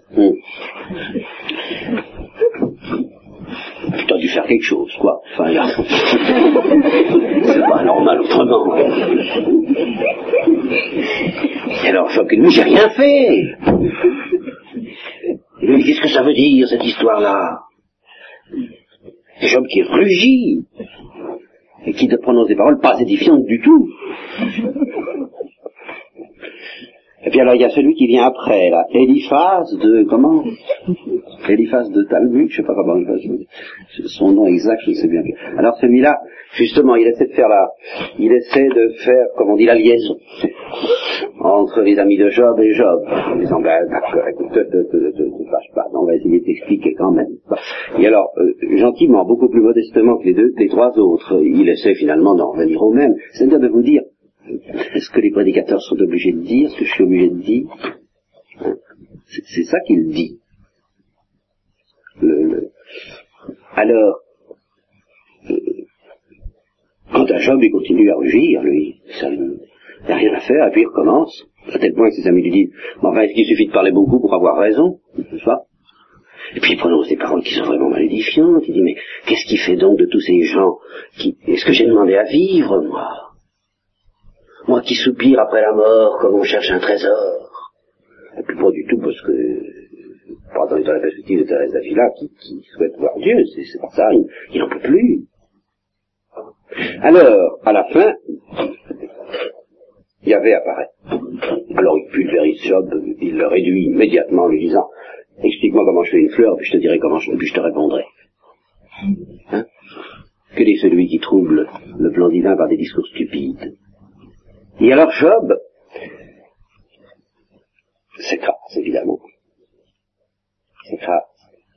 Tu as dû faire quelque chose, quoi. Enfin, là, c'est pas normal autrement. Et alors, Job, lui, j'ai rien fait. Il lui dit, qu'est-ce que ça veut dire, cette histoire-là? Job qui rugit, et qui prononce des paroles pas édifiantes du tout. Et puis alors il y a celui qui vient après, là, Eliphaz de, comment? Eliphaz de Talmud, je sais pas comment, son nom exact, je ne sais bien plus. Alors celui-là, justement, il essaie de faire comme on dit, la liaison entre les amis de Job et Job, en disant, ben, d'accord, écoute, te fâche pas, on va essayer de t'expliquer quand même. Et alors, gentiment, beaucoup plus modestement que les trois autres, il essaie finalement d'en revenir au même, c'est-à-dire de vous dire, est-ce que les prédicateurs sont obligés de dire ce que je suis obligé de dire? C'est ça qu'il dit. Alors, quant à Job, il continue à rugir, lui. Il n'y a rien à faire, et puis il recommence. À tel point que ses amis lui disent, mais enfin, est-ce qu'il suffit de parler beaucoup pour avoir raison? N'est-ce pas? Et puis il prononce des paroles qui sont vraiment malédifiantes. Il dit, mais qu'est-ce qu'il fait donc de tous ces gens est-ce que j'ai demandé à vivre, moi? Moi qui soupire après la mort comme on cherche un trésor. Et puis pas du tout, parce que, pas dans la perspective de Thérèse d'Avila qui souhaite voir Dieu, c'est pas ça, il n'en peut plus. Alors, à la fin, Yahvé apparaît. Alors il pulvérise Job, il le réduit immédiatement en lui disant, explique-moi comment je fais une fleur, puis je te dirai comment puis je te répondrai. Hein? Quel est celui qui trouble le plan divin par des discours stupides? Et alors Job s'écrase, évidemment. S'écrase.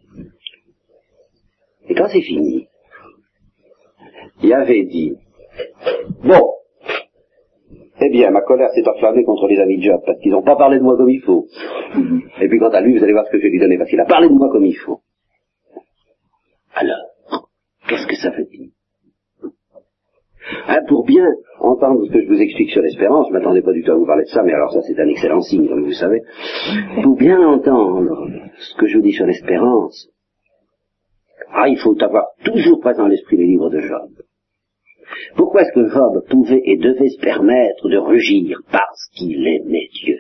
Et quand c'est fini, Yahvé dit, bon, eh bien, ma colère s'est enflammée contre les amis de Job, parce qu'ils n'ont pas parlé de moi comme il faut. Et puis quant à lui, vous allez voir ce que je vais lui donner, parce qu'il a parlé de moi comme il faut. Alors, qu'est-ce que ça veut dire? Pour bien entendre ce que je vous explique sur l'espérance, je ne m'attendais pas du tout à vous parler de ça, mais alors ça c'est un excellent signe, comme vous savez. Pour bien entendre ce que je vous dis sur l'espérance, il faut avoir toujours présent l'esprit des livres de Job. Pourquoi est-ce que Job pouvait et devait se permettre de rugir? Parce qu'il aimait Dieu.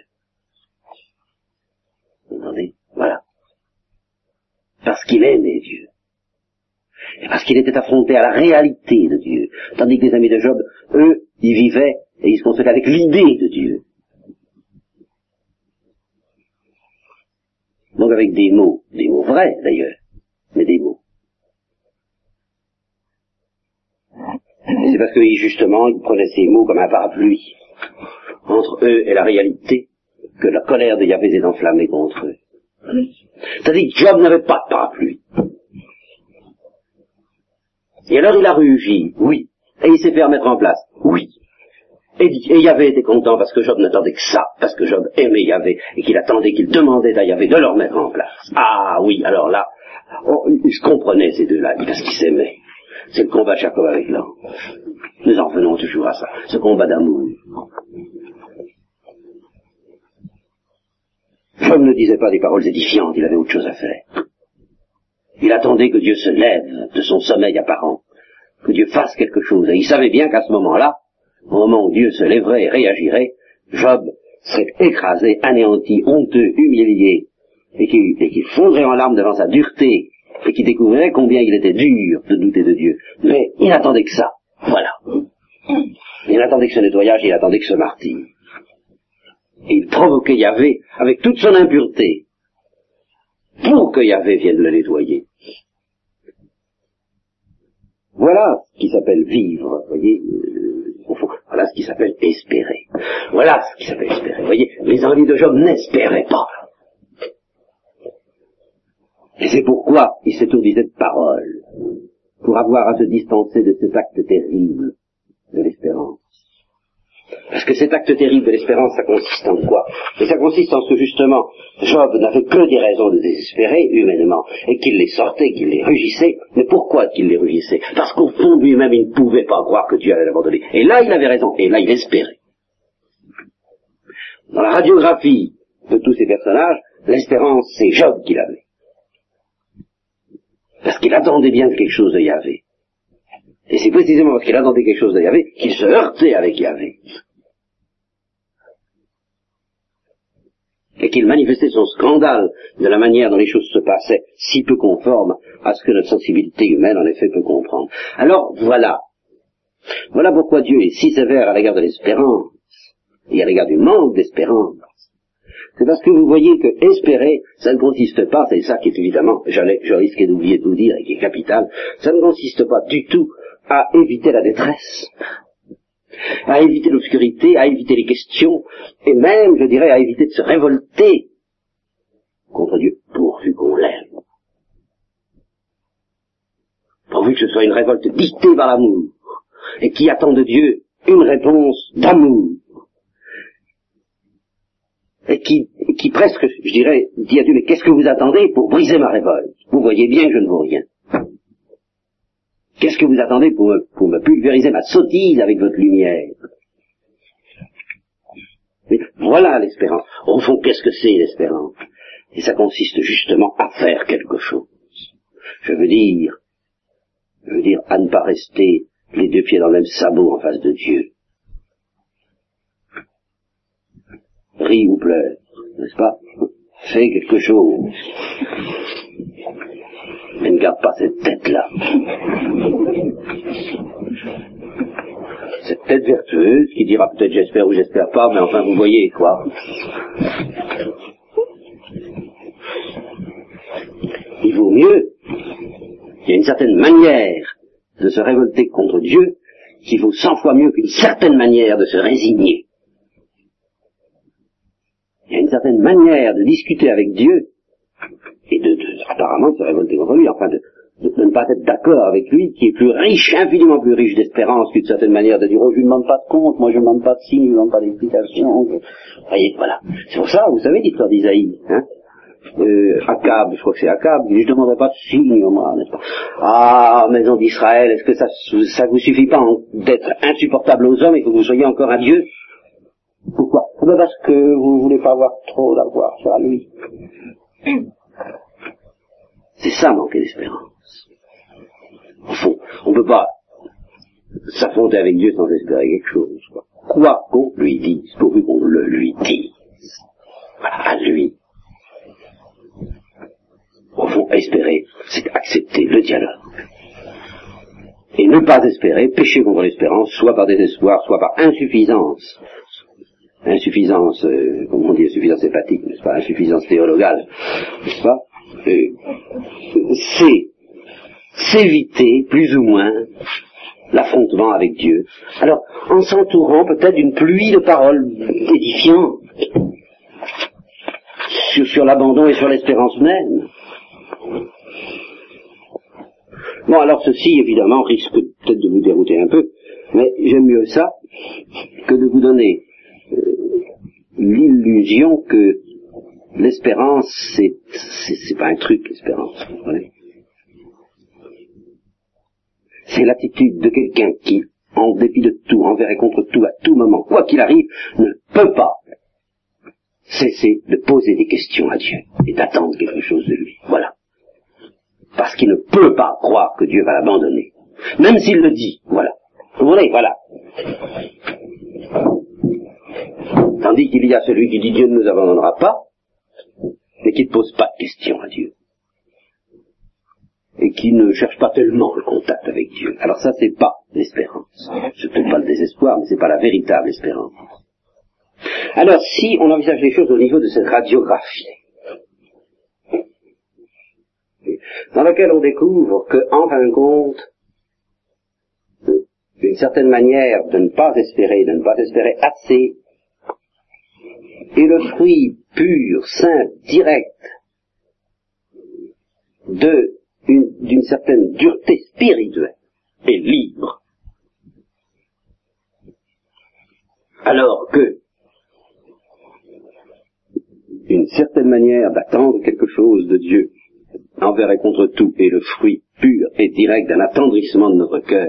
Vous entendez? Voilà. Parce qu'il aimait Dieu. Et parce qu'il était affronté à la réalité de Dieu. Tandis que les amis de Job, eux, ils vivaient et ils se construisaient avec l'idée de Dieu. Donc avec des mots vrais d'ailleurs, mais des mots. Et c'est parce que justement, ils prenaient ces mots comme un parapluie entre eux et la réalité que la colère de Yahvé s'est enflammée contre eux. C'est-à-dire que Job n'avait pas de parapluie. Et alors il a rugi, oui. Et il s'est fait remettre en place, oui. Et Yahvé était content parce que Job n'attendait que ça, parce que Job aimait Yahvé, et qu'il attendait, qu'il demandait à Yahvé de le remettre en place. Ah oui, alors là, ils se comprenaient ces deux-là, parce qu'ils s'aimaient. C'est le combat de Jacob avec l'ange. Nous en revenons toujours à ça, ce combat d'amour. Job ne disait pas des paroles édifiantes, il avait autre chose à faire. Il attendait que Dieu se lève de son sommeil apparent, que Dieu fasse quelque chose. Et il savait bien qu'à ce moment-là, au moment où Dieu se lèverait et réagirait, Job serait écrasé, anéanti, honteux, humilié, et qu'il fondrait en larmes devant sa dureté, et qu'il découvrirait combien il était dur de douter de Dieu. Mais il n'attendait que ça. Voilà. Il n'attendait que ce nettoyage, il attendait que ce martyre. Et il provoquait Yahvé avec toute son impureté, pour que Yahvé vienne le nettoyer. Voilà ce qui s'appelle vivre, vous voyez, au fond, voilà ce qui s'appelle espérer. Voilà ce qui s'appelle espérer. Vous voyez, les amis de Job n'espéraient pas. Et c'est pourquoi il s'étourdisait de paroles, pour avoir à se dispenser de cet acte terrible de l'espérance. Parce que cet acte terrible de l'espérance, ça consiste en quoi? Et ça consiste en ce que justement, Job n'avait que des raisons de désespérer humainement, et qu'il les sortait, qu'il les rugissait. Mais pourquoi qu'il les rugissait? Parce qu'au fond de lui-même, il ne pouvait pas croire que Dieu allait l'abandonner. Et là, il avait raison, et là, il espérait. Dans la radiographie de tous ces personnages, l'espérance, c'est Job qui l'avait. Parce qu'il attendait bien quelque chose de Yahvé. Et c'est précisément parce qu'il attendait quelque chose de Yahvé qu'il se heurtait avec Yahvé. et qu'il manifestait son scandale de la manière dont les choses se passaient, si peu conforme à ce que notre sensibilité humaine en effet peut comprendre. Alors voilà pourquoi Dieu est si sévère à l'égard de l'espérance et à l'égard du manque d'espérance. C'est parce que vous voyez que espérer, ça ne consiste pas, c'est ça qui est évidemment, je risquais d'oublier de vous dire et qui est capital, ça ne consiste pas du tout à éviter la détresse, à éviter l'obscurité, à éviter les questions, et même, je dirais, à éviter de se révolter contre Dieu, pourvu qu'on l'aime. Pourvu que ce soit une révolte dictée par l'amour, et qui attend de Dieu une réponse d'amour, et qui presque, je dirais, dit à Dieu, mais qu'est-ce que vous attendez pour briser ma révolte? Vous voyez bien que je ne vaux rien. Qu'est-ce que vous attendez pour me pulvériser ma sottise avec votre lumière? Mais voilà l'espérance. Au fond, qu'est-ce que c'est l'espérance? Et ça consiste justement à faire quelque chose. Je veux dire, à ne pas rester les deux pieds dans le même sabot en face de Dieu. Ris ou pleure, n'est-ce pas? Fais quelque chose. Mais ne garde pas cette tête-là. Cette tête vertueuse qui dira peut-être j'espère ou j'espère pas, mais enfin vous voyez quoi. Il vaut mieux, il y a une certaine manière de se révolter contre Dieu qui vaut 100 fois mieux qu'une certaine manière de se résigner. Il y a une certaine manière de discuter avec Dieu et apparemment de se révolter contre lui, enfin de ne pas être d'accord avec lui, qui est plus riche, infiniment plus riche d'espérance qu'une certaine manière de dire, oh, je ne demande pas de compte, moi je ne demande pas de signe, je ne demande pas d'explication. Vous voyez, voilà. C'est pour ça, vous savez l'histoire d'Isaïe, hein. Akab, je crois que c'est Akab, je ne demanderai pas de signe, moi, n'est-ce pas? Ah, maison d'Israël, est-ce que ça vous suffit pas d'être insupportable aux hommes et que vous soyez encore un Dieu? Pourquoi? Parce que vous ne voulez pas avoir trop d'avoir sur lui. C'est ça, manquer d'espérance. Au fond, on ne peut pas s'affronter avec Dieu sans espérer quelque chose, quoi qu'on lui dise, pourvu qu'on le lui dise. Voilà, à lui. Au fond, espérer, c'est accepter le dialogue. Et ne pas espérer, pécher contre l'espérance, soit par désespoir, soit par insuffisance. Insuffisance, comment on dit, insuffisance hépatique, n'est-ce pas, insuffisance théologale, n'est-ce pas, c'est s'éviter, plus ou moins, l'affrontement avec Dieu. Alors, en s'entourant peut-être d'une pluie de paroles édifiantes sur l'abandon et sur l'espérance même. Bon, alors ceci, évidemment, risque peut-être de vous dérouter un peu, mais j'aime mieux ça que de vous donner l'illusion que l'espérance, c'est pas un truc, l'espérance. Vous voyez. C'est l'attitude de quelqu'un qui, en dépit de tout, envers et contre tout, à tout moment, quoi qu'il arrive, ne peut pas cesser de poser des questions à Dieu et d'attendre quelque chose de lui. Voilà. Parce qu'il ne peut pas croire que Dieu va l'abandonner. Même s'il le dit. Voilà. Vous voyez, voilà. Tandis qu'il y a celui qui dit Dieu ne nous abandonnera pas, mais qui ne pose pas de questions à Dieu. Et qui ne cherche pas tellement le contact avec Dieu. Alors ça, c'est pas l'espérance. C'est peut-être pas le désespoir, mais c'est pas la véritable espérance. Alors, si on envisage les choses au niveau de cette radiographie, dans laquelle on découvre que, en fin de compte, une certaine manière de ne pas espérer assez, est le fruit pur, simple, direct, d'une certaine dureté spirituelle et libre. Alors que une certaine manière d'attendre quelque chose de Dieu envers et contre tout est le fruit pur et direct d'un attendrissement de notre cœur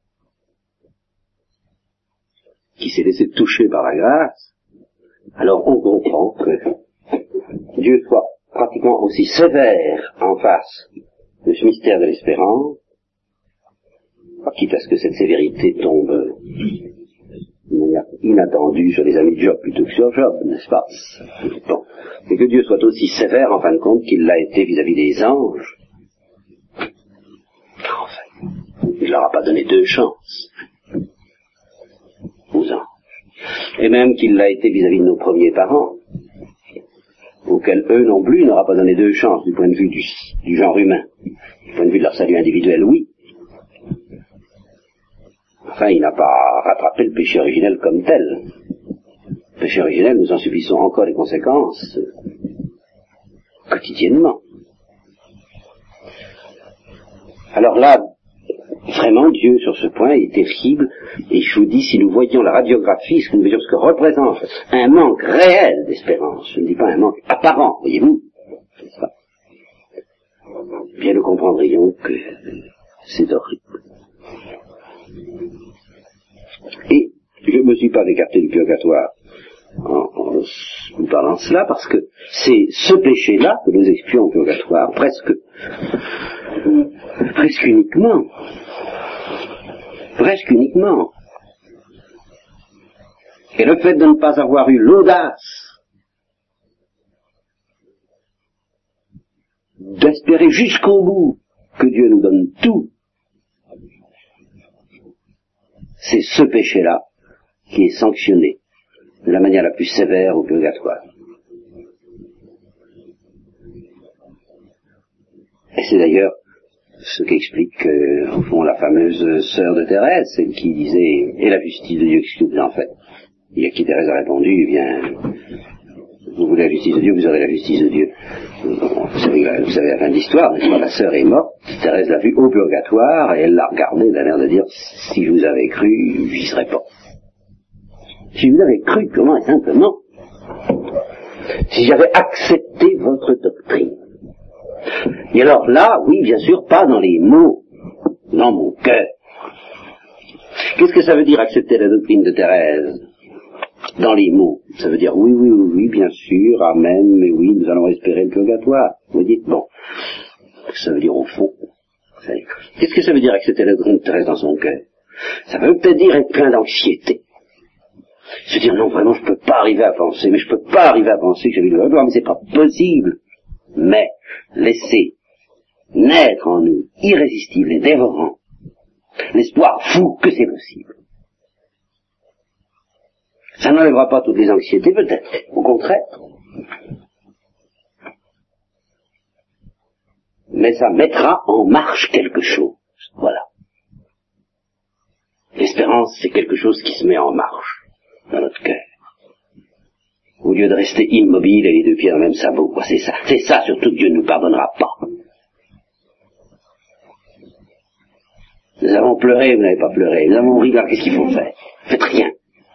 qui s'est laissé toucher par la grâce, alors on comprend que Dieu soit pratiquement aussi sévère en face de ce mystère de l'espérance, quitte à ce que cette sévérité tombe de manière inattendue sur les amis de Job plutôt que sur Job, n'est-ce pas? Bon. mais que Dieu soit aussi sévère, en fin de compte, qu'il l'a été vis-à-vis des anges. Enfin, il ne leur a pas donné deux chances aux anges. Et même qu'il l'a été vis-à-vis de nos premiers parents, auxquels eux non plus, il n'aura pas donné deux chances du point de vue du genre humain. Du point de vue de leur salut individuel, oui. Enfin, il n'a pas rattrapé le péché originel comme tel. Le péché originel, nous en subissons encore les conséquences quotidiennement. Alors là, vraiment, Dieu, sur ce point, est terrible. Et je vous dis, si nous voyions la radiographie, ce que représente un manque réel d'espérance, je ne dis pas un manque apparent, voyez-vous, bien nous comprendrions que c'est horrible. Et je ne me suis pas écarté du purgatoire en vous parlant de cela, parce que c'est ce péché-là que nous expions au purgatoire, presque uniquement. Presque uniquement. Et le fait de ne pas avoir eu l'audace d'espérer jusqu'au bout que Dieu nous donne tout, c'est ce péché-là qui est sanctionné de la manière la plus sévère au purgatoire. Et c'est d'ailleurs ce qu'explique, au fond, la fameuse sœur de Thérèse, celle qui disait « Et la justice de Dieu, qu'est-ce que vous en faites ?» Et à qui Thérèse a répondu « Eh bien, vous voulez la justice de Dieu, vous aurez la justice de Dieu. » Vous savez la fin de l'histoire, n'est-ce pas? La sœur est morte, Thérèse l'a vue au purgatoire, et elle l'a regardé d'un air de dire « Si je vous avais cru, j'y serais pas. » Si je vous avais cru purement et simplement, si j'avais accepté votre doctrine. Et alors là, oui, bien sûr, pas dans les mots, dans mon cœur. Qu'est-ce que ça veut dire accepter la doctrine de Thérèse? Dans les mots. Ça veut dire oui, bien sûr, amen, mais oui, nous allons espérer le purgatoire. Vous dites, bon, ça veut dire au fond. Qu'est-ce que ça veut dire accepter la doctrine de Thérèse dans son cœur? Ça veut peut-être dire être plein d'anxiété. Se dire, non, vraiment, je peux pas arriver à penser que j'ai vu le purgatoire, mais c'est pas possible. Mais laisser naître en nous, irrésistible et dévorant, l'espoir fou que c'est possible. Ça n'enlèvera pas toutes les anxiétés, peut-être, au contraire. Mais ça mettra en marche quelque chose. Voilà. L'espérance, c'est quelque chose qui se met en marche dans notre cœur. Au lieu de rester immobile et les deux pieds dans le même sabot. C'est ça surtout que Dieu ne nous pardonnera pas. Nous avons pleuré, vous n'avez pas pleuré. Nous avons ri, qu'est-ce qu'il faut faire? Faites rien.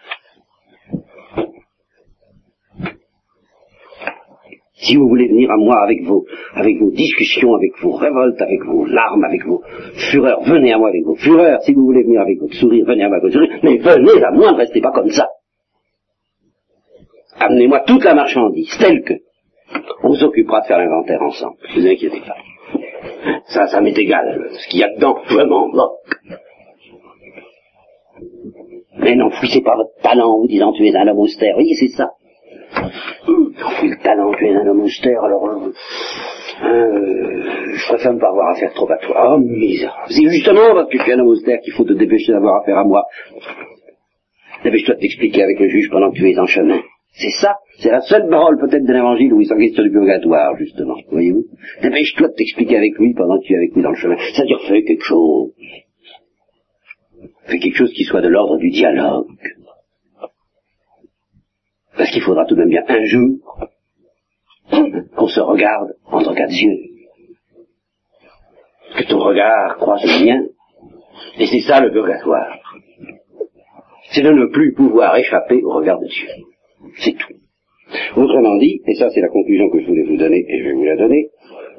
Si vous voulez venir à moi avec vos discussions, avec vos révoltes, avec vos larmes, avec vos fureurs, venez à moi avec vos fureurs. Si vous voulez venir avec votre sourire, venez à moi avec votre sourire. Mais venez à moi, ne restez pas comme ça. Amenez-moi toute la marchandise, telle que. On s'occupera de faire l'inventaire ensemble. Ne vous inquiétez pas. Ça m'est égal. Ce qu'il y a dedans, je m'en moque. Mais n'enfouissez pas votre talent en vous disant tu es un homme austère. Voyez, c'est ça. Enfouis le talent, tu es un homme austère, alors je préfère ne pas avoir affaire trop à toi. Oh, misérable. C'est justement parce que tu es un homme austère qu'il faut te dépêcher d'avoir affaire à moi. Dépêche-toi de t'expliquer avec le juge pendant que tu es en chemin. C'est ça, c'est la seule parole peut-être de l'évangile où il s'en question du purgatoire, justement, voyez-vous. Dépêche-toi de t'expliquer avec lui pendant que tu es avec lui dans le chemin. C'est-à-dire, fais quelque chose. Fais quelque chose qui soit de l'ordre du dialogue. Parce qu'il faudra tout de même bien un jour qu'on se regarde en tant qu'adieu. Que ton regard croise le mien. Et c'est ça le purgatoire. C'est de ne plus pouvoir échapper au regard de Dieu. C'est tout. Autrement dit, et ça c'est la conclusion que je voulais vous donner, et je vais vous la donner,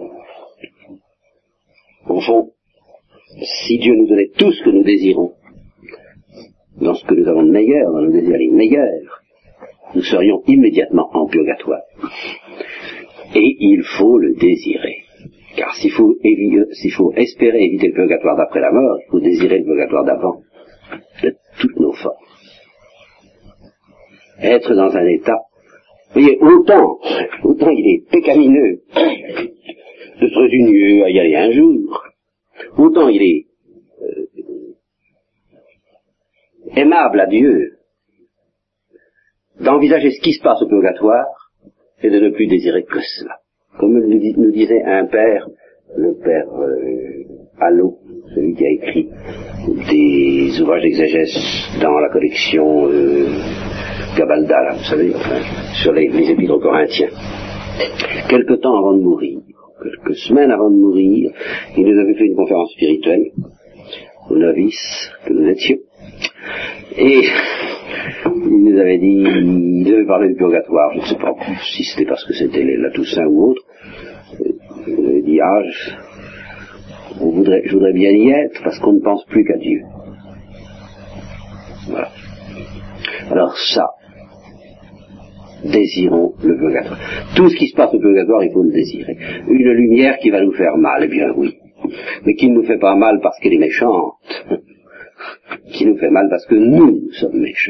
au fond, si Dieu nous donnait tout ce que nous désirons, dans ce que nous avons de meilleur, dans nos désirs les meilleurs, nous serions immédiatement en purgatoire. Et il faut le désirer. Car s'il faut espérer éviter le purgatoire d'après la mort, il faut désirer le purgatoire d'avant, de toutes nos forces. Être dans un état Vous voyez, autant il est pécamineux de se résigner à y aller un jour, autant il est aimable à Dieu d'envisager ce qui se passe au purgatoire et de ne plus désirer que cela. Comme nous disait un père, le père Allot, celui qui a écrit des ouvrages d'exégèse dans la collection Gabalda, là, vous savez, sur les épîtres aux Corinthiens. Quelque temps avant de mourir, quelques semaines avant de mourir, il nous avait fait une conférence spirituelle aux novices que nous étions, et il nous avait dit, il avait parlé du purgatoire, je ne sais pas si c'était parce que c'était la Toussaint ou autre, il avait dit, je voudrais bien y être parce qu'on ne pense plus qu'à Dieu. Voilà. Alors ça, désirons le purgatoire. Tout ce qui se passe au purgatoire, il faut le désirer. Une lumière qui va nous faire mal, eh bien oui, mais qui ne nous fait pas mal parce qu'elle est méchante, qui nous fait mal parce que nous sommes méchants.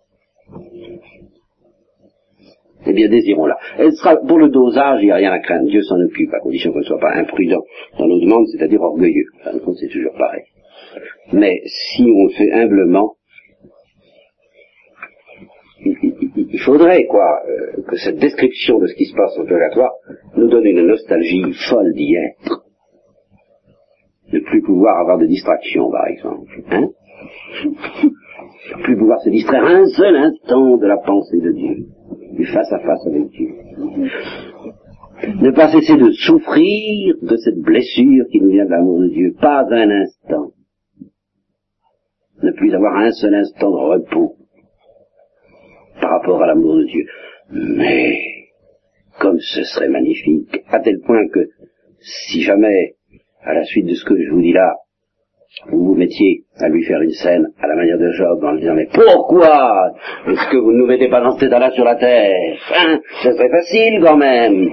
Eh bien, désirons-la. Elle sera, pour le dosage, il n'y a rien à craindre. Dieu s'en occupe, à condition qu'on ne soit pas imprudent dans nos demandes, c'est-à-dire orgueilleux. Enfin, c'est toujours pareil. Mais si on le fait humblement, il faudrait, que cette description de ce qui se passe au purgatoire nous donne une nostalgie folle d'y être. Ne plus pouvoir avoir de distraction, par exemple. Hein? Ne plus pouvoir se distraire un seul instant de la pensée de Dieu. Du face à face avec Dieu. Ne pas cesser de souffrir de cette blessure qui nous vient de l'amour de Dieu. Pas un instant. Ne plus avoir un seul instant de repos par rapport à l'amour de Dieu. Mais, comme ce serait magnifique, à tel point que, si jamais, à la suite de ce que je vous dis là, vous vous mettiez à lui faire une scène à la manière de Job en lui disant, mais pourquoi est-ce que vous ne nous mettez pas dans cet état-là sur la terre, hein? Ça serait facile quand même.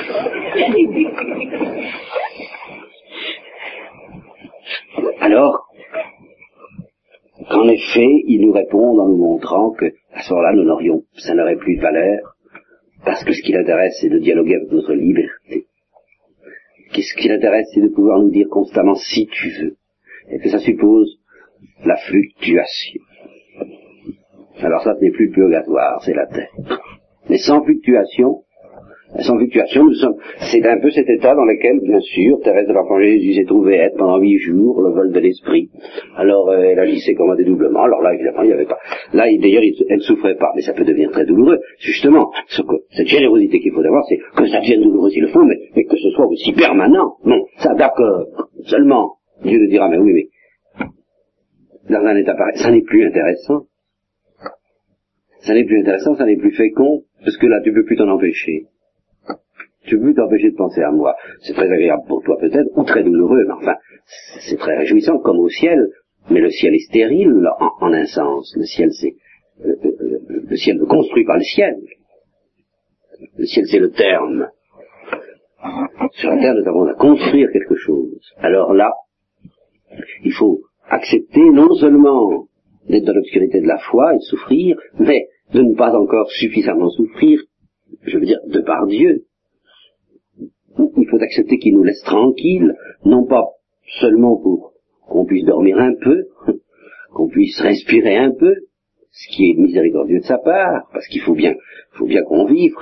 Alors, qu'en effet, il nous répond en nous montrant que, à ce moment-là, ça n'aurait plus de valeur, parce que ce qui l'intéresse, c'est de dialoguer avec notre liberté. Ce qui l'intéresse, c'est de pouvoir nous dire constamment si tu veux, et que ça suppose la fluctuation. Alors ça, ce n'est plus le purgatoire, c'est la terre. Mais sans fluctuation, c'est un peu cet état dans lequel, bien sûr, Thérèse de l'Enfant Jésus s'est trouvée être pendant 8 jours, le vol de l'esprit. Alors, elle agissait comme un dédoublement. Alors là, évidemment, il n'y avait pas. Là, d'ailleurs, elle ne souffrait pas, mais ça peut devenir très douloureux. Justement, cette générosité qu'il faut avoir, c'est que ça devienne douloureux s'il le faut, mais que ce soit aussi permanent. Non, ça d'accord. Seulement, Dieu nous dira, mais oui, mais dans un état pareil, ça n'est plus intéressant. Ça n'est plus intéressant, ça n'est plus fécond, parce que là, tu peux plus t'en empêcher. Tu peux plus t'empêcher de penser à moi. C'est très agréable pour toi peut-être, ou très douloureux, mais enfin, c'est très réjouissant comme au ciel, mais le ciel est stérile en un sens. Le ciel, c'est le ciel ne construit pas le ciel. Le ciel, c'est le terme. Sur la terre, nous avons à construire quelque chose. Alors là, il faut accepter non seulement d'être dans l'obscurité de la foi et de souffrir, mais de ne pas encore suffisamment souffrir, je veux dire, de par Dieu. Il faut accepter qu'il nous laisse tranquilles, non pas seulement pour qu'on puisse dormir un peu, qu'on puisse respirer un peu, ce qui est miséricordieux de sa part, parce qu'il faut bien qu'on vive.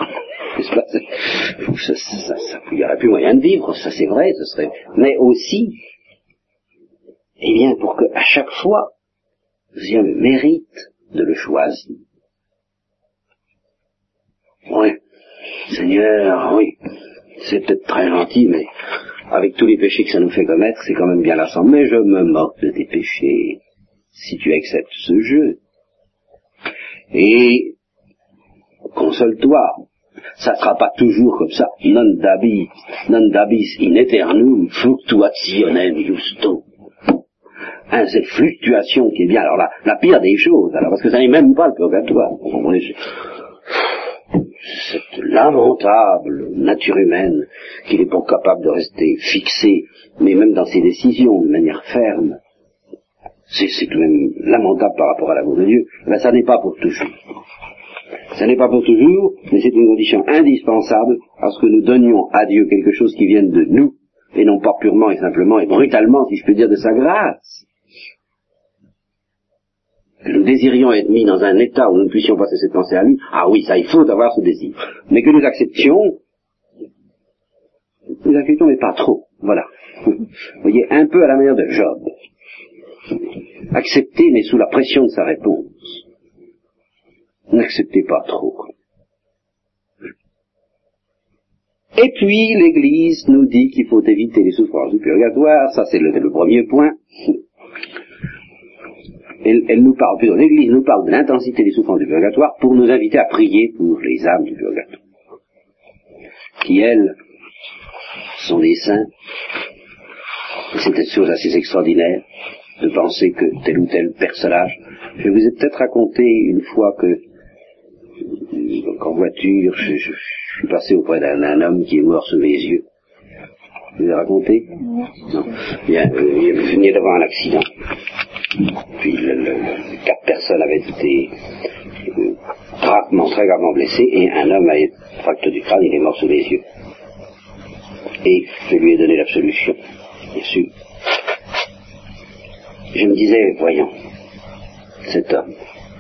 Il n'y aurait plus moyen de vivre, ça c'est vrai, mais aussi, eh bien, pour que à chaque fois, nous ayons le mérite de le choisir. Oui, Seigneur, oui, c'est peut-être très gentil, mais avec tous les péchés que ça nous fait commettre, c'est quand même bien lassant. Mais je me moque de tes péchés, si tu acceptes ce jeu. Et console-toi, ça ne sera pas toujours comme ça. Non dabis in aeternum fluctuationem justo. Hein, cette fluctuation qui est bien, alors la pire des choses, alors parce que ça n'est même pas le purgatoire. Cette lamentable nature humaine qui n'est pas capable de rester fixée, mais même dans ses décisions, de manière ferme. C'est tout de même lamentable par rapport à l'amour de Dieu. Ben, ça n'est pas pour toujours. Ce n'est pas pour toujours, mais c'est une condition indispensable à ce que nous donnions à Dieu quelque chose qui vienne de nous, et non pas purement et simplement et brutalement, si je peux dire, de sa grâce. Que nous désirions être mis dans un état où nous ne puissions pas cesser de penser à lui, ah oui, ça, il faut avoir ce désir. Mais que nous acceptions, mais pas trop, voilà. Vous voyez, un peu à la manière de Job. Accepter, mais sous la pression de sa réponse. N'acceptez pas trop. Et puis, l'Église nous dit qu'il faut éviter les souffrances du purgatoire, ça c'est le premier point. Elle nous parle, plutôt l'Église nous parle de l'intensité des souffrances du purgatoire pour nous inviter à prier pour les âmes du purgatoire, qui, elles, sont des saints. C'est une chose assez extraordinaire de penser que tel ou tel personnage. Je vous ai peut-être raconté une fois que, en voiture, je suis passé auprès d'un homme qui est mort sous mes yeux. Je vous ai raconté? Non. Bien, il venait d'avoir un accident. Puis 4 personnes avaient été très gravement blessées et un homme a été fracturé du crâne, il est mort sous mes yeux. Et je lui ai donné l'absolution, bien sûr. Je me disais, voyons, cet homme,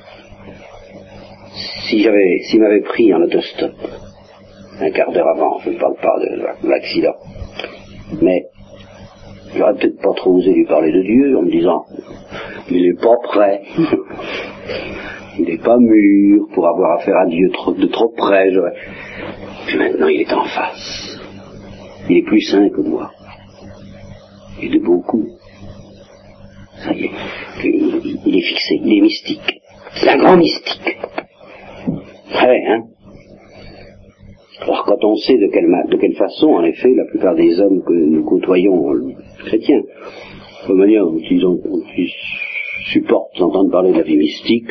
s'il m'avait pris en autostop, un quart d'heure avant, je ne parle pas de l'accident, mais j'aurais peut-être pas trop osé lui parler de Dieu en me disant, il n'est pas prêt, il n'est pas mûr pour avoir affaire à Dieu de trop près. Puis maintenant il est en face. Il est plus saint que moi. Et de beaucoup. Ça y est, il est fixé, il est mystique. C'est un grand mystique. Ouais, hein. Alors quand on sait de quelle façon, en effet, la plupart des hommes que nous côtoyons, chrétiens, de manière dont ils supportent d'entendre parler de la vie mystique,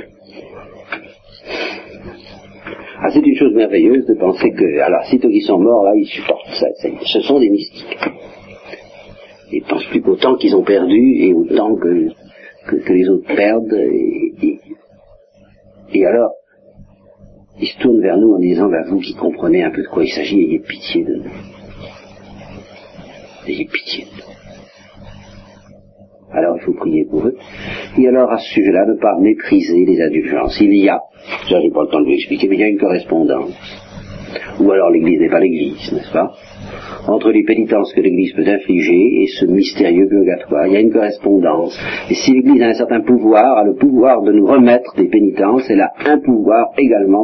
ah, c'est une chose merveilleuse de penser que, alors, sitôt qu'ils sont morts, là, ils supportent ça. Ce sont des mystiques. Ils ne pensent plus qu'au temps qu'ils ont perdu et au temps que les autres perdent. Et alors, ils se tournent vers nous en disant, bah, vous qui comprenez un peu de quoi il s'agit, ayez pitié de nous. Ayez pitié de nous. Alors il faut prier pour eux. Et alors à ce sujet-là, ne pas mépriser les indulgences. Il y a, ça j'ai pas le temps de vous expliquer, mais il y a une correspondance. Ou alors l'Église n'est pas l'Église, n'est-ce pas? Entre les pénitences que l'Église peut infliger et ce mystérieux purgatoire, il y a une correspondance. Et si l'Église a un certain pouvoir, a le pouvoir de nous remettre des pénitences, elle a un pouvoir également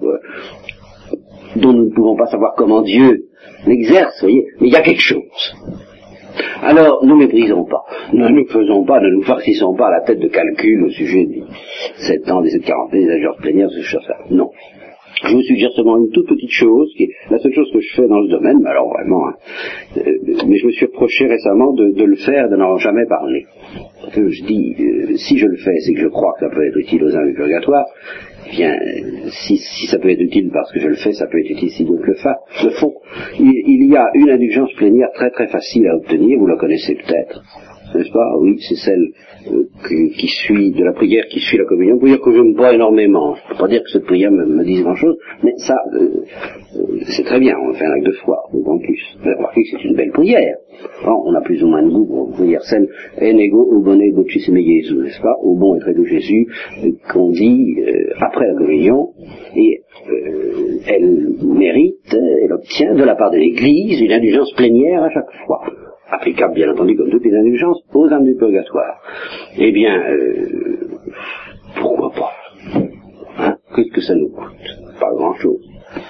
dont nous ne pouvons pas savoir comment Dieu l'exerce, vous voyez, mais il y a quelque chose. Alors, ne méprisons pas, ne nous farcissons pas à la tête de calcul au sujet des 7 ans, des 740, des agences plénières, ces choses-là. Non. Je vous suggère seulement une toute petite chose, qui est la seule chose que je fais dans ce domaine, mais alors vraiment, mais je me suis reproché récemment de le faire, de n'en jamais parler. Parce que je dis, si je le fais, c'est que je crois que ça peut être utile aux âmes du purgatoire. Bien, si ça peut être utile parce que je le fais, ça peut être utile si d'autres le font. Il y a une indulgence plénière très très facile à obtenir, vous la connaissez peut-être, n'est-ce pas? Oui, c'est celle qui suit de la prière qui suit la communion. Pour dire que je n'aime pas énormément, je ne peux pas dire que cette prière me dise grand-chose, mais ça, c'est très bien, on fait un acte de foi, en plus. Vous avez remarqué que c'est une belle prière. Alors, on a plus ou moins de goût pour prière celle enego au bone gochisime Jésus, n'est-ce pas? Au bon et très doux Jésus, qu'on dit après la communion, et elle mérite, elle obtient de la part de l'Église une indulgence plénière à chaque fois. Applicable bien entendu comme toutes les indulgences aux âmes du purgatoire. Eh bien, pourquoi pas, hein? Qu'est-ce que ça nous coûte? Pas grand-chose.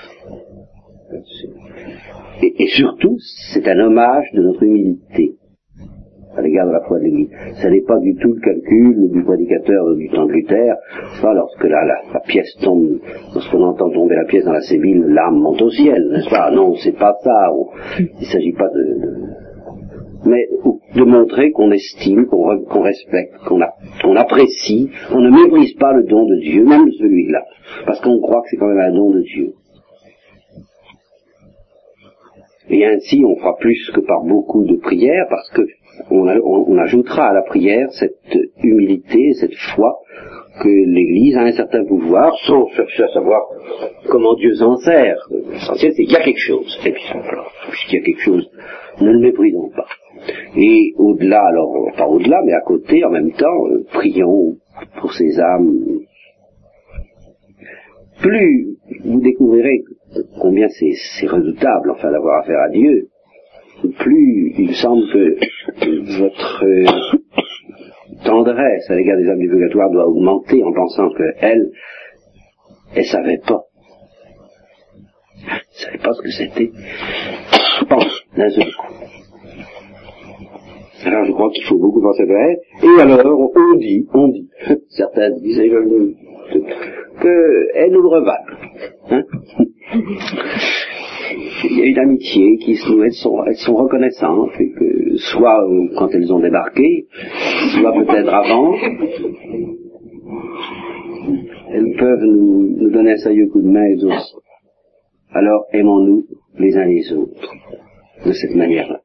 Et surtout, c'est un hommage de notre humilité à l'égard de la foi de l'Église. Ça n'est pas du tout le calcul du prédicateur du temps de Luther. Ça, lorsque la pièce tombe, lorsqu'on entend tomber la pièce dans la sébile, l'âme monte au ciel, n'est-ce pas? Non, c'est pas ça. Il ne s'agit pas mais de montrer qu'on estime, qu'on respecte, qu'on apprécie, on ne méprise pas le don de Dieu, même celui-là, parce qu'on croit que c'est quand même un don de Dieu. Et ainsi, on fera plus que par beaucoup de prières, parce que on ajoutera à la prière cette humilité, cette foi que l'Église a un certain pouvoir, sans chercher à savoir comment Dieu s'en sert. L'essentiel, c'est qu'il y a quelque chose. Et puis, puisqu'il y a quelque chose, ne le méprisons pas. Et au-delà, alors, pas au-delà, mais à côté, en même temps, prions pour ces âmes. Plus vous découvrirez combien c'est redoutable, enfin, d'avoir affaire à Dieu, plus il semble que votre tendresse à l'égard des âmes du purgatoire doit augmenter en pensant qu'elles savaient pas. Elles savaient pas ce que c'était. D'un seul coup. Alors je crois qu'il faut beaucoup penser à elle. Et alors, on dit, certains disaient qu'elles nous le revalent. Hein? Il y a une amitié qui se noue, elles sont reconnaissantes, et que soit quand elles ont débarqué, soit peut-être avant, elles peuvent nous donner un sérieux coup de main elles aussi. Alors aimons-nous les uns les autres de cette manière-là.